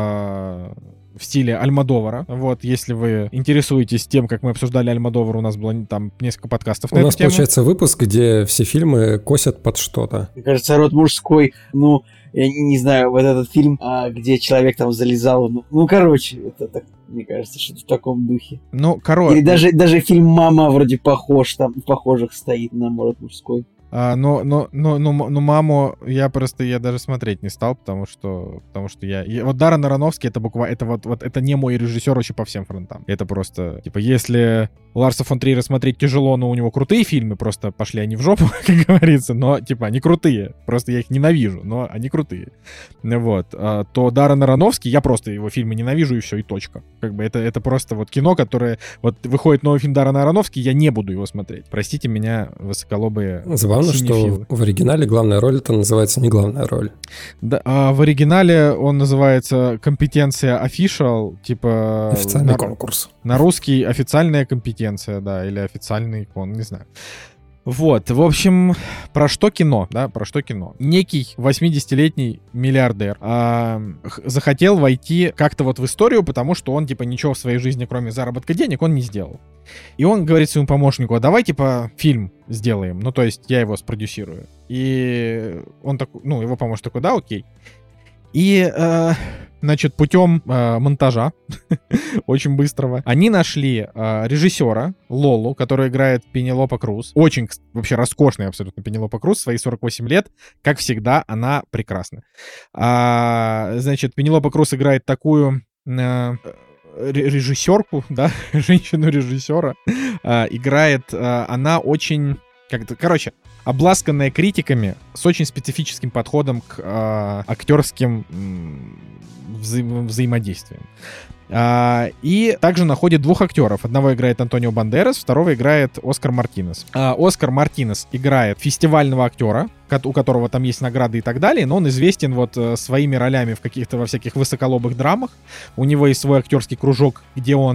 Альмодовара. Вот, если вы интересуетесь тем, как мы обсуждали Альмодовара, у нас было там несколько подкастов на эту тему. У нас получается выпуск, где все фильмы косят под что-то. Мне кажется, «Род мужской», ну, я не знаю, вот этот фильм, где человек там залезал, короче, это так, мне кажется, что-то в таком духе. Или даже фильм «Мама» вроде похожих стоит на «Род мужской». Но маму я даже смотреть не стал, потому что вот Даррен Аронофски это буквально, это не мой режиссер вообще по всем фронтам. Это просто, типа, если Ларса фон Триера смотреть тяжело, но у него крутые фильмы, просто пошли они в жопу, как говорится, но, типа, они крутые. Просто я их ненавижу, но они крутые. Вот. То Даррен Аронофски, я просто его фильмы ненавижу, и все, и точка. Как бы это просто вот кино, которое... Вот выходит новый фильм Даррена Аронофски, я не буду его смотреть. Простите меня, высоколобые... Забавно, что в оригинале главная роль это называется не главная роль. Да, в оригинале он называется «Компетенция official», типа... Официальный конкурс. На русский «Официальная компетенция», да, или «Официальный кон», не знаю. Вот, в общем, про что кино, да, про что кино. Некий 80-летний миллиардер захотел войти как-то вот в историю, потому что он, типа, ничего в своей жизни, кроме заработка денег, он не сделал. И он говорит своему помощнику: а давай, типа, фильм сделаем, ну, то есть я его спродюсирую. И он такой, его помощник такой: да, окей. И, значит, путем монтажа, очень быстрого, они нашли режиссера Лолу, которая играет Пенелопа Круз. Очень, вообще, роскошная абсолютно Пенелопа Круз, свои 48 лет. Как всегда, она прекрасна. Значит, Пенелопа Круз играет такую... режиссерку, да, женщину-режиссера, играет она очень... Короче, обласканная критиками, с очень специфическим подходом к актерским взаимодействиям. И также находит двух актеров. Одного играет Антонио Бандерас, второго играет Оскар Мартинес. Оскар Мартинес играет фестивального актера, у которого там есть награды и так далее, но он известен вот своими ролями во всяких высоколобых драмах. У него есть свой актерский кружок, где он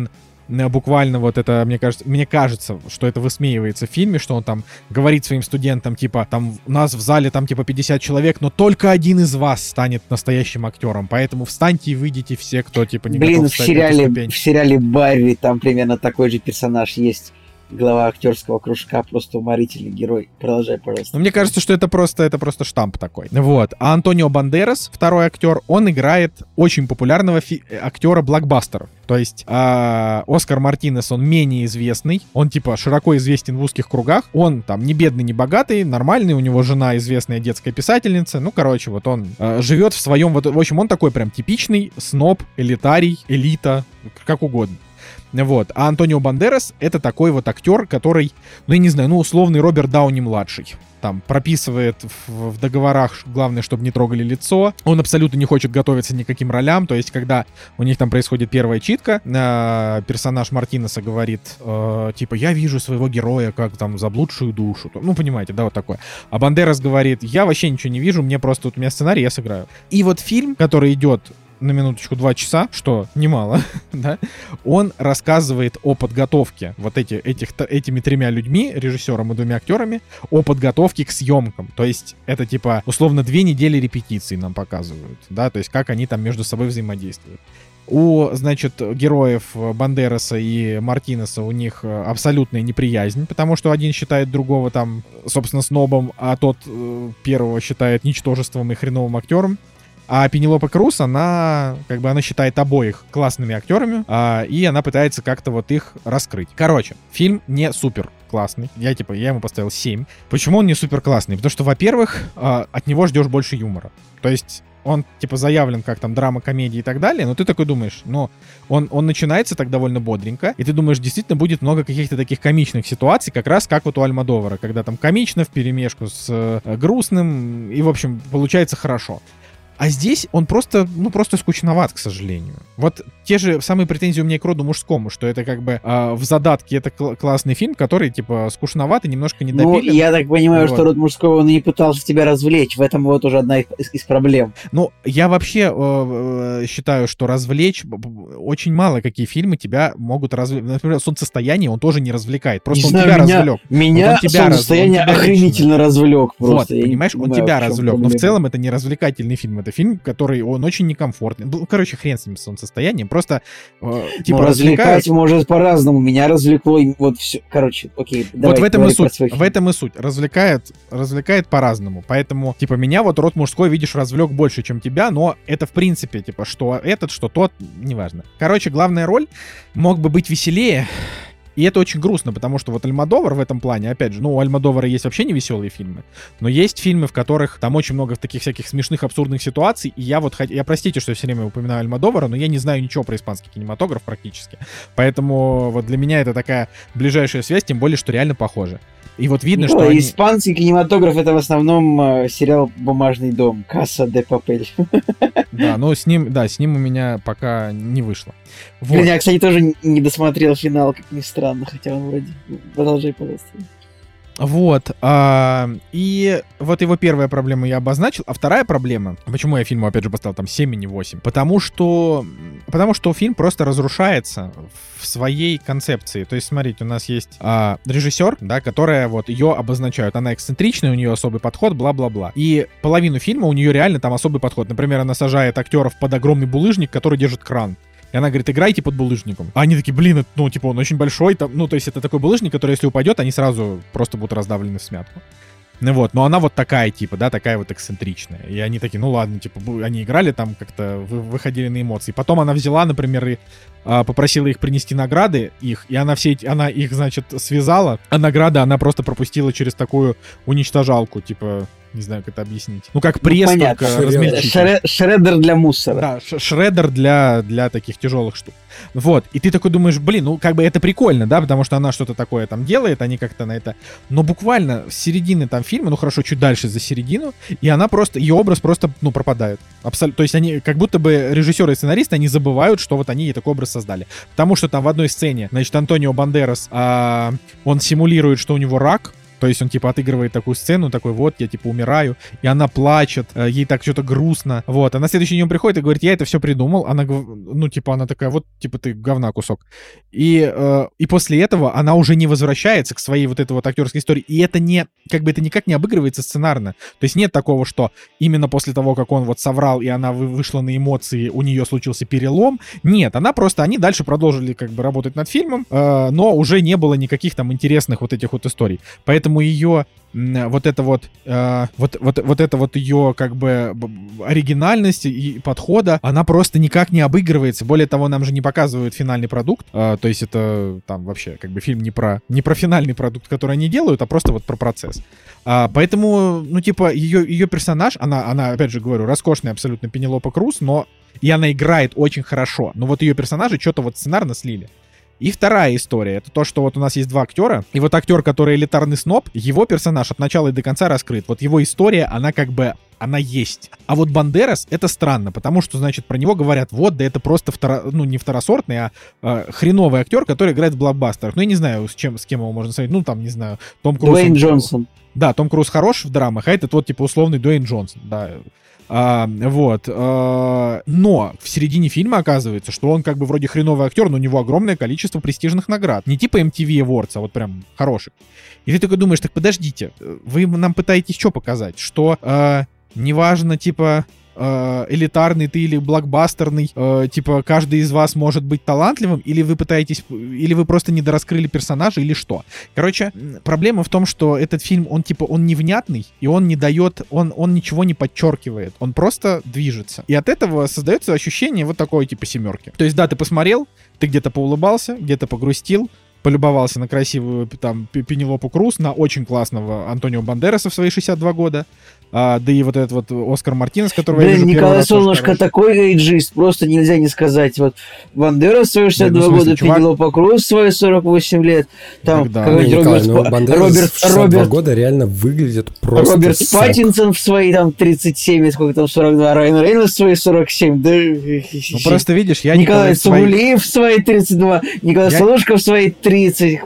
буквально вот это, мне кажется, что это высмеивается в фильме, что он там говорит своим студентам, типа, там, у нас в зале там, типа, 50 человек, но только один из вас станет настоящим актером, поэтому встаньте и выйдите все, кто, типа, не готов встать на эту ступень. В сериале «Барри» там примерно такой же персонаж есть. Глава актерского кружка, просто уморительный герой. Продолжай, пожалуйста. Ну, мне кажется, что это просто штамп такой. Вот. А Антонио Бандерас, второй актер, он играет очень популярного актера блокбастеров. То есть Оскар Мартинес, он менее известный, он типа широко известен в узких кругах, он там не бедный, не богатый, нормальный, у него жена известная детская писательница, ну, короче, вот он живет в своем, вот, в общем, он такой прям типичный сноб, элитарий, элита, как угодно. Вот. А Антонио Бандерас — это такой вот актер, который, ну, я не знаю, ну, условный Роберт Дауни-младший. Там прописывает в договорах, главное, чтобы не трогали лицо. Он абсолютно не хочет готовиться ни к каким ролям. То есть, когда у них там происходит первая читка, персонаж Мартинеса говорит, типа, я вижу своего героя как там заблудшую душу. Ну, понимаете, да, вот такое. А Бандерас говорит, я вообще ничего не вижу, мне просто, у меня сценарий, я сыграю. И вот фильм, который идет на минуточку 2 часа, что немало, да, он рассказывает о подготовке вот этими 3 людьми, режиссером и 2 актерами, о подготовке к съемкам. То есть это типа условно 2 недели репетиций нам показывают, да, то есть как они там между собой взаимодействуют. У, значит, героев Бандераса и Мартинеса у них абсолютная неприязнь, потому что один считает другого там, собственно, снобом, а тот первого считает ничтожеством и хреновым актером. А Пенелопа Круз, она считает обоих классными актерами, и она пытается как-то вот их раскрыть. Короче, фильм не супер классный. Я ему поставил 7. Почему он не супер классный? Потому что, во-первых, от него ждешь больше юмора. То есть он, типа, заявлен как там драма, комедия и так далее, но ты такой думаешь, ну, он начинается так довольно бодренько, и ты думаешь, действительно будет много каких-то таких комичных ситуаций, как раз как вот у Альмодовара, когда там комично вперемешку с грустным, и, в общем, получается хорошо. А здесь он просто скучноват, к сожалению. Вот те же самые претензии у меня к роду мужскому, что это как бы в задатке это классный фильм, который типа скучноват и немножко недопилен. Ну, я так понимаю, вот. Что род мужского он и не пытался тебя развлечь. В этом вот уже одна из проблем. Ну, я вообще считаю, что развлечь очень мало какие фильмы тебя могут развлечь. Например, «Солнцестояние» он тоже не развлекает. Просто не он знаю, тебя развлек. Меня «Солнцестояние» охренительно развлек просто. Вот, понимаешь, он тебя развлек. Но в целом это не развлекательный фильм. Это фильм, который, он очень некомфортный. Ну, короче, хрен с ним, с «Солнцестоянием». Просто, типа, развлекать может по-разному. Меня развлекло, вот все. Короче, окей, давай. Вот в этом и суть. Развлекает по-разному. Поэтому, типа, меня вот род мужской, видишь, развлек больше, чем тебя, но это, в принципе, типа, что этот, что тот, неважно. Короче, главная роль мог бы быть веселее. И это очень грустно, потому что вот Альмодовар в этом плане, опять же, ну, у Альмодовара есть вообще невеселые фильмы, но есть фильмы, в которых там очень много таких всяких смешных, абсурдных ситуаций, и я простите, что я все время упоминаю Альмодовара, но я не знаю ничего про испанский кинематограф практически, поэтому вот для меня это такая ближайшая связь, тем более, что реально похоже. И вот видно, что испанский кинематограф — это в основном сериал «Бумажный дом», «Каса де Папель». Да, но с ним у меня пока не вышло. Вот. Я, кстати, тоже не досмотрел финал, как ни странно, хотя он вроде... Продолжай, пожалуйста. Вот, и вот его первая проблема я обозначил, а вторая проблема, почему я фильму, опять же, поставил там 7, а не 8, потому что фильм просто разрушается в своей концепции. То есть, смотрите, у нас есть режиссер, да, которая вот ее обозначают, она эксцентричная, у нее особый подход, бла-бла-бла. И половину фильма у нее реально там особый подход. Например, она сажает актеров под огромный булыжник, который держит кран. И она говорит, играйте под булыжником. А они такие, блин, ну, типа, он очень большой. Там, ну, то есть это такой булыжник, который, если упадет, они сразу просто будут раздавлены в смятку. Ну вот, но она вот такая, типа, да, такая вот эксцентричная. И они такие, ну ладно, типа, они играли там, как-то выходили на эмоции. Потом она взяла, например, и попросила их принести награды их, и она их, значит, связала, а награды она просто пропустила через такую уничтожалку, типа... Не знаю, как это объяснить. Ну, как пресс, только размельчитель. Шреддер для мусора. Да, шреддер для таких тяжелых штук. Вот. И ты такой думаешь, блин, ну, как бы это прикольно, да, потому что она что-то такое там делает, они как-то на это... Но буквально с середины там фильма, ну, хорошо, чуть дальше за середину, и она просто... Ее образ просто, ну, пропадает. Абсолютно. То есть они, как будто бы режиссеры и сценаристы, они забывают, что вот они ей такой образ создали. Потому что там в одной сцене, значит, Антонио Бандерас, он симулирует, что у него рак, То есть он, типа, отыгрывает такую сцену, такой, вот, я, типа, умираю, и она плачет, ей так что-то грустно, вот. А на следующий день он приходит и говорит, я это все придумал. Она, ну, типа, она такая, вот, типа, ты говна кусок. И после этого она уже не возвращается к своей вот этой вот актерской истории. И это не, как бы, это никак не обыгрывается сценарно. То есть нет такого, что именно после того, как он вот соврал, и она вышла на эмоции, у нее случился перелом. Нет, она просто, они дальше продолжили, как бы, работать над фильмом, но уже не было никаких там интересных вот этих вот историй. Поэтому ее вот это вот ее, как бы, оригинальность и подхода, она просто никак не обыгрывается. Более того, нам же не показывают финальный продукт, то есть это там вообще, как бы, фильм не про финальный продукт, который они делают, а просто вот про процесс. Поэтому, ну, типа, ее персонаж, она, опять же говорю, роскошная абсолютно Пенелопа Круз, но и она играет очень хорошо, но вот ее персонажи что-то вот сценарно слили. И вторая история, это то, что вот у нас есть два актера, и вот актер, который элитарный сноб, его персонаж от начала и до конца раскрыт. Вот его история, она как бы, она есть. А вот Бандерас, это странно, потому что, значит, про него говорят, вот, да это просто не второсортный, а хреновый актер, который играет в блокбастерах. Ну, я не знаю, с кем его можно сравнить, ну, там, не знаю, Том Круз. Дуэйн Джонсон. Да, Том Круз хорош в драмах, а этот вот, типа, условный Дуэйн Джонсон, да. Вот. Но в середине фильма оказывается, что он как бы вроде хреновый актер, но у него огромное количество престижных наград. Не типа MTV Awards, а вот прям хороших. И ты такой думаешь, так подождите, вы нам пытаетесь что показать? Что неважно, типа, элитарный ты или блокбастерный, типа, каждый из вас может быть талантливым, или вы пытаетесь, или вы просто недораскрыли персонажа, или что. Короче, проблема в том, что этот фильм, он, типа, он невнятный, и он не дает, он ничего не подчеркивает, он просто движется. И от этого создается ощущение вот такой, типа, семерки. То есть, да, ты посмотрел, ты где-то поулыбался, где-то погрустил, полюбовался на красивую там Пенелопу Круз, на очень классного Антонио Бандераса в свои 62 года, да и вот этот вот Оскар Мартинес, которого я вижу Николай Солнышко такой эйджист, просто нельзя не сказать. Вот Бандерас в свои 62 года, Пенелопа Круз в свои 48 лет, там Бандерас в 62 года реально выглядит просто Роберт Паттинсон в свои там 37, сколько там, 42, Райан Рейнольдс в свои 47, да... Ну просто видишь, я Николай Цугулиев в свои 32, Николай Солнышко в свои 30.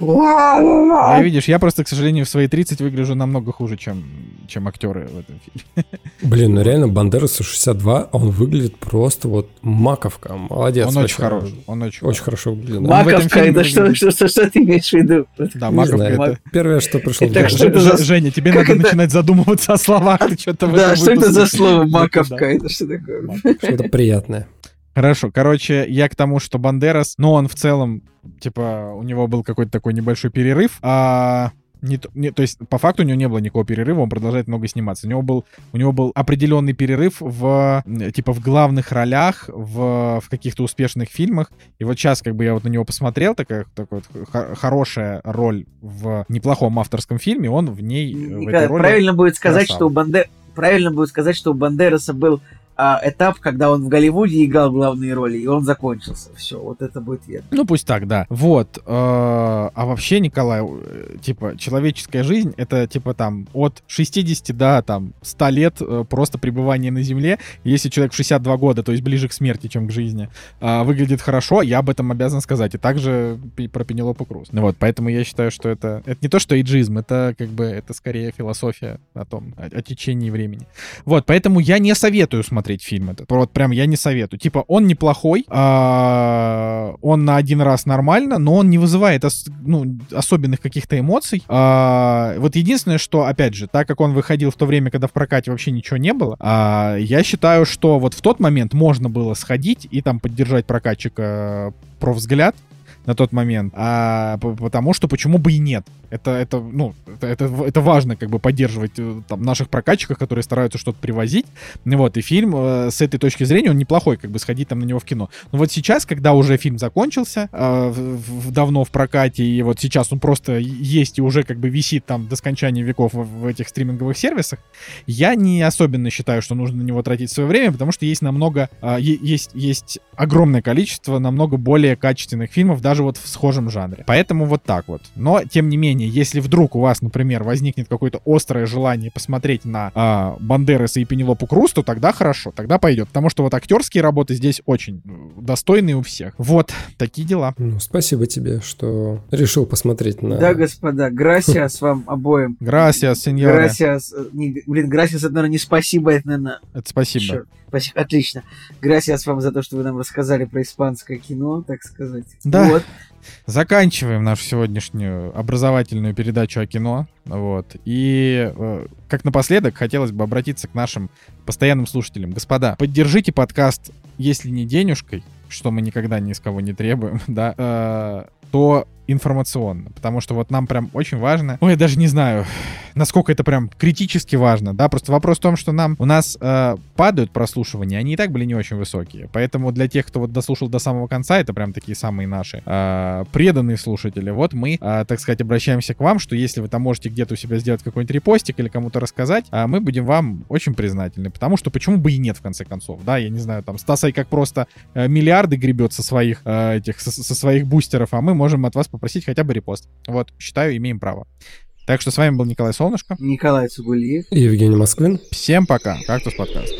Видишь, я просто, к сожалению, в свои 30 выгляжу намного хуже, чем актеры в этом фильме. Блин, ну реально Бандерасу 62, он выглядит просто вот маковка. Молодец. Он очень хорош. Он очень хорошо выглядит. Маковка, это что ты имеешь в виду? Да, маковка это... Первое, что пришло в голову. Женя, тебе надо начинать задумываться о словах. Да, что это за слово маковка? Это что такое? Что-то приятное. Хорошо, короче, я к тому, что Бандерас, ну, он в целом, типа, у него был какой-то такой небольшой перерыв, то есть, по факту у него не было никакого перерыва, он продолжает много сниматься. У него был определенный перерыв в главных ролях, в каких-то успешных фильмах. И вот сейчас, как бы, я вот на него посмотрел, такая вот хорошая роль в неплохом авторском фильме, он в ней, в этой роли правильно будет сказать, что у Бандераса был этап, когда он в Голливуде играл главные роли, и он закончился. Все, вот это будет верно. Ну, пусть так, да. Вот. А вообще, Николай, типа, человеческая жизнь — это, типа, там, от 60 до, там, 100 лет просто пребывания на Земле. Если человек в 62 года, то есть ближе к смерти, чем к жизни, выглядит хорошо, я об этом обязан сказать. И также про Пенелопу Круз. Вот, поэтому я считаю, что это не то, что эйджизм, это, как бы, это скорее философия о течении времени. Вот, поэтому я не советую смотреть фильм этот. Вот прям я не советую. Типа, он неплохой, он на один раз нормально, но он не вызывает особенных каких-то эмоций. Вот единственное, что, опять же, так как он выходил в то время, когда в прокате вообще ничего не было, я считаю, что вот в тот момент можно было сходить и там поддержать прокатчика про взгляд на тот момент, потому что почему бы и нет. Это важно, как бы, поддерживать там наших прокатчиков, которые стараются что-то привозить. Вот, и фильм с этой точки зрения, он неплохой, как бы, сходить там на него в кино. Но вот сейчас, когда уже фильм закончился, давно в прокате, и вот сейчас он просто есть и уже, как бы, висит там до скончания веков в этих стриминговых сервисах, я не особенно считаю, что нужно на него тратить свое время, потому что есть огромное количество намного более качественных фильмов, даже даже вот в схожем жанре. Поэтому вот так вот. Но, тем не менее, если вдруг у вас, например, возникнет какое-то острое желание посмотреть на Бандераса и Пенелопу Круз, то тогда хорошо, тогда пойдет. Потому что вот актерские работы здесь очень достойные у всех. Вот, такие дела. Ну, спасибо тебе, что решил посмотреть на... Да, господа, грасиас вам обоим. Грасиас, сеньоры. Грасиас. Грасиас, это, наверное, не спасибо, это, наверное... Это спасибо. Черт. Спасибо, отлично. Грасиас вам за то, что вы нам рассказали про испанское кино, так сказать. Да. Вот. Заканчиваем нашу сегодняшнюю образовательную передачу о кино. Вот. И как напоследок хотелось бы обратиться к нашим постоянным слушателям. Господа, поддержите подкаст, если не денежкой, что мы никогда ни с кого не требуем, да, то информационно, потому что вот нам прям очень важно, ой, я даже не знаю, насколько это прям критически важно, да, просто вопрос в том, что у нас падают прослушивания, они и так были не очень высокие, поэтому для тех, кто вот дослушал до самого конца, это прям такие самые наши преданные слушатели, вот мы, так сказать, обращаемся к вам, что если вы там можете где-то у себя сделать какой-нибудь репостик или кому-то рассказать, мы будем вам очень признательны, потому что почему бы и нет, в конце концов, да, я не знаю, там Стасай как просто миллиарды гребет со своих со своих бустеров, а мы можем от вас попросить хотя бы репост. Вот, считаю, имеем право. Так что с вами был Николай Солнышко. Николай Цугулиев. И Евгений Москвин. Всем пока. Кактус подкаст.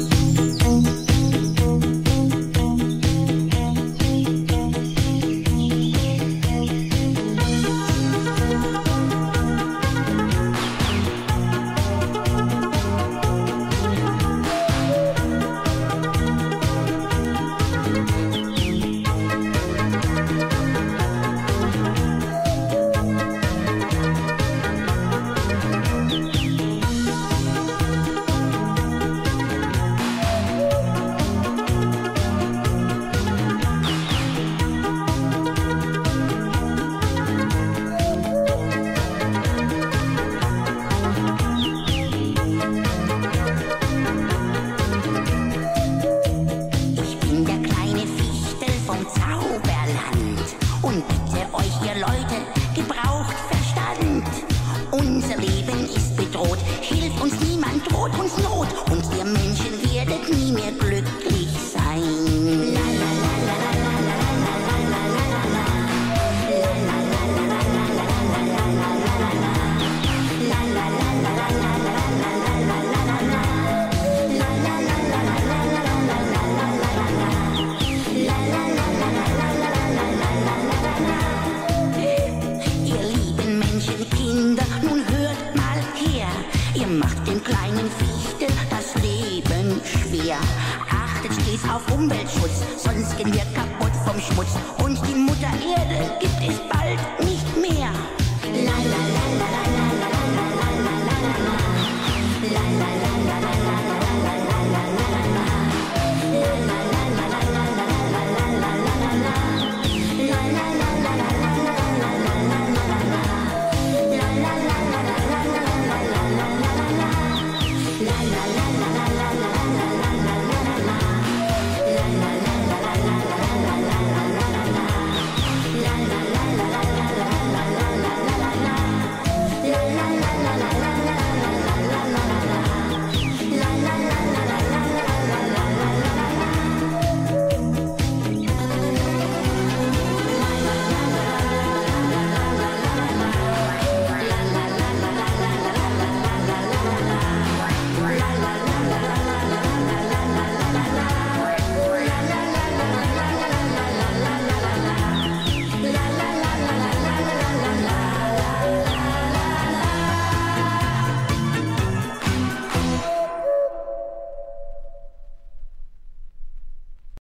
Auf Umweltschutz, sonst gehen wir kaputt vom Schmutz. Und die Mutter Erde gibt es bald nicht mehr. La la la la la la.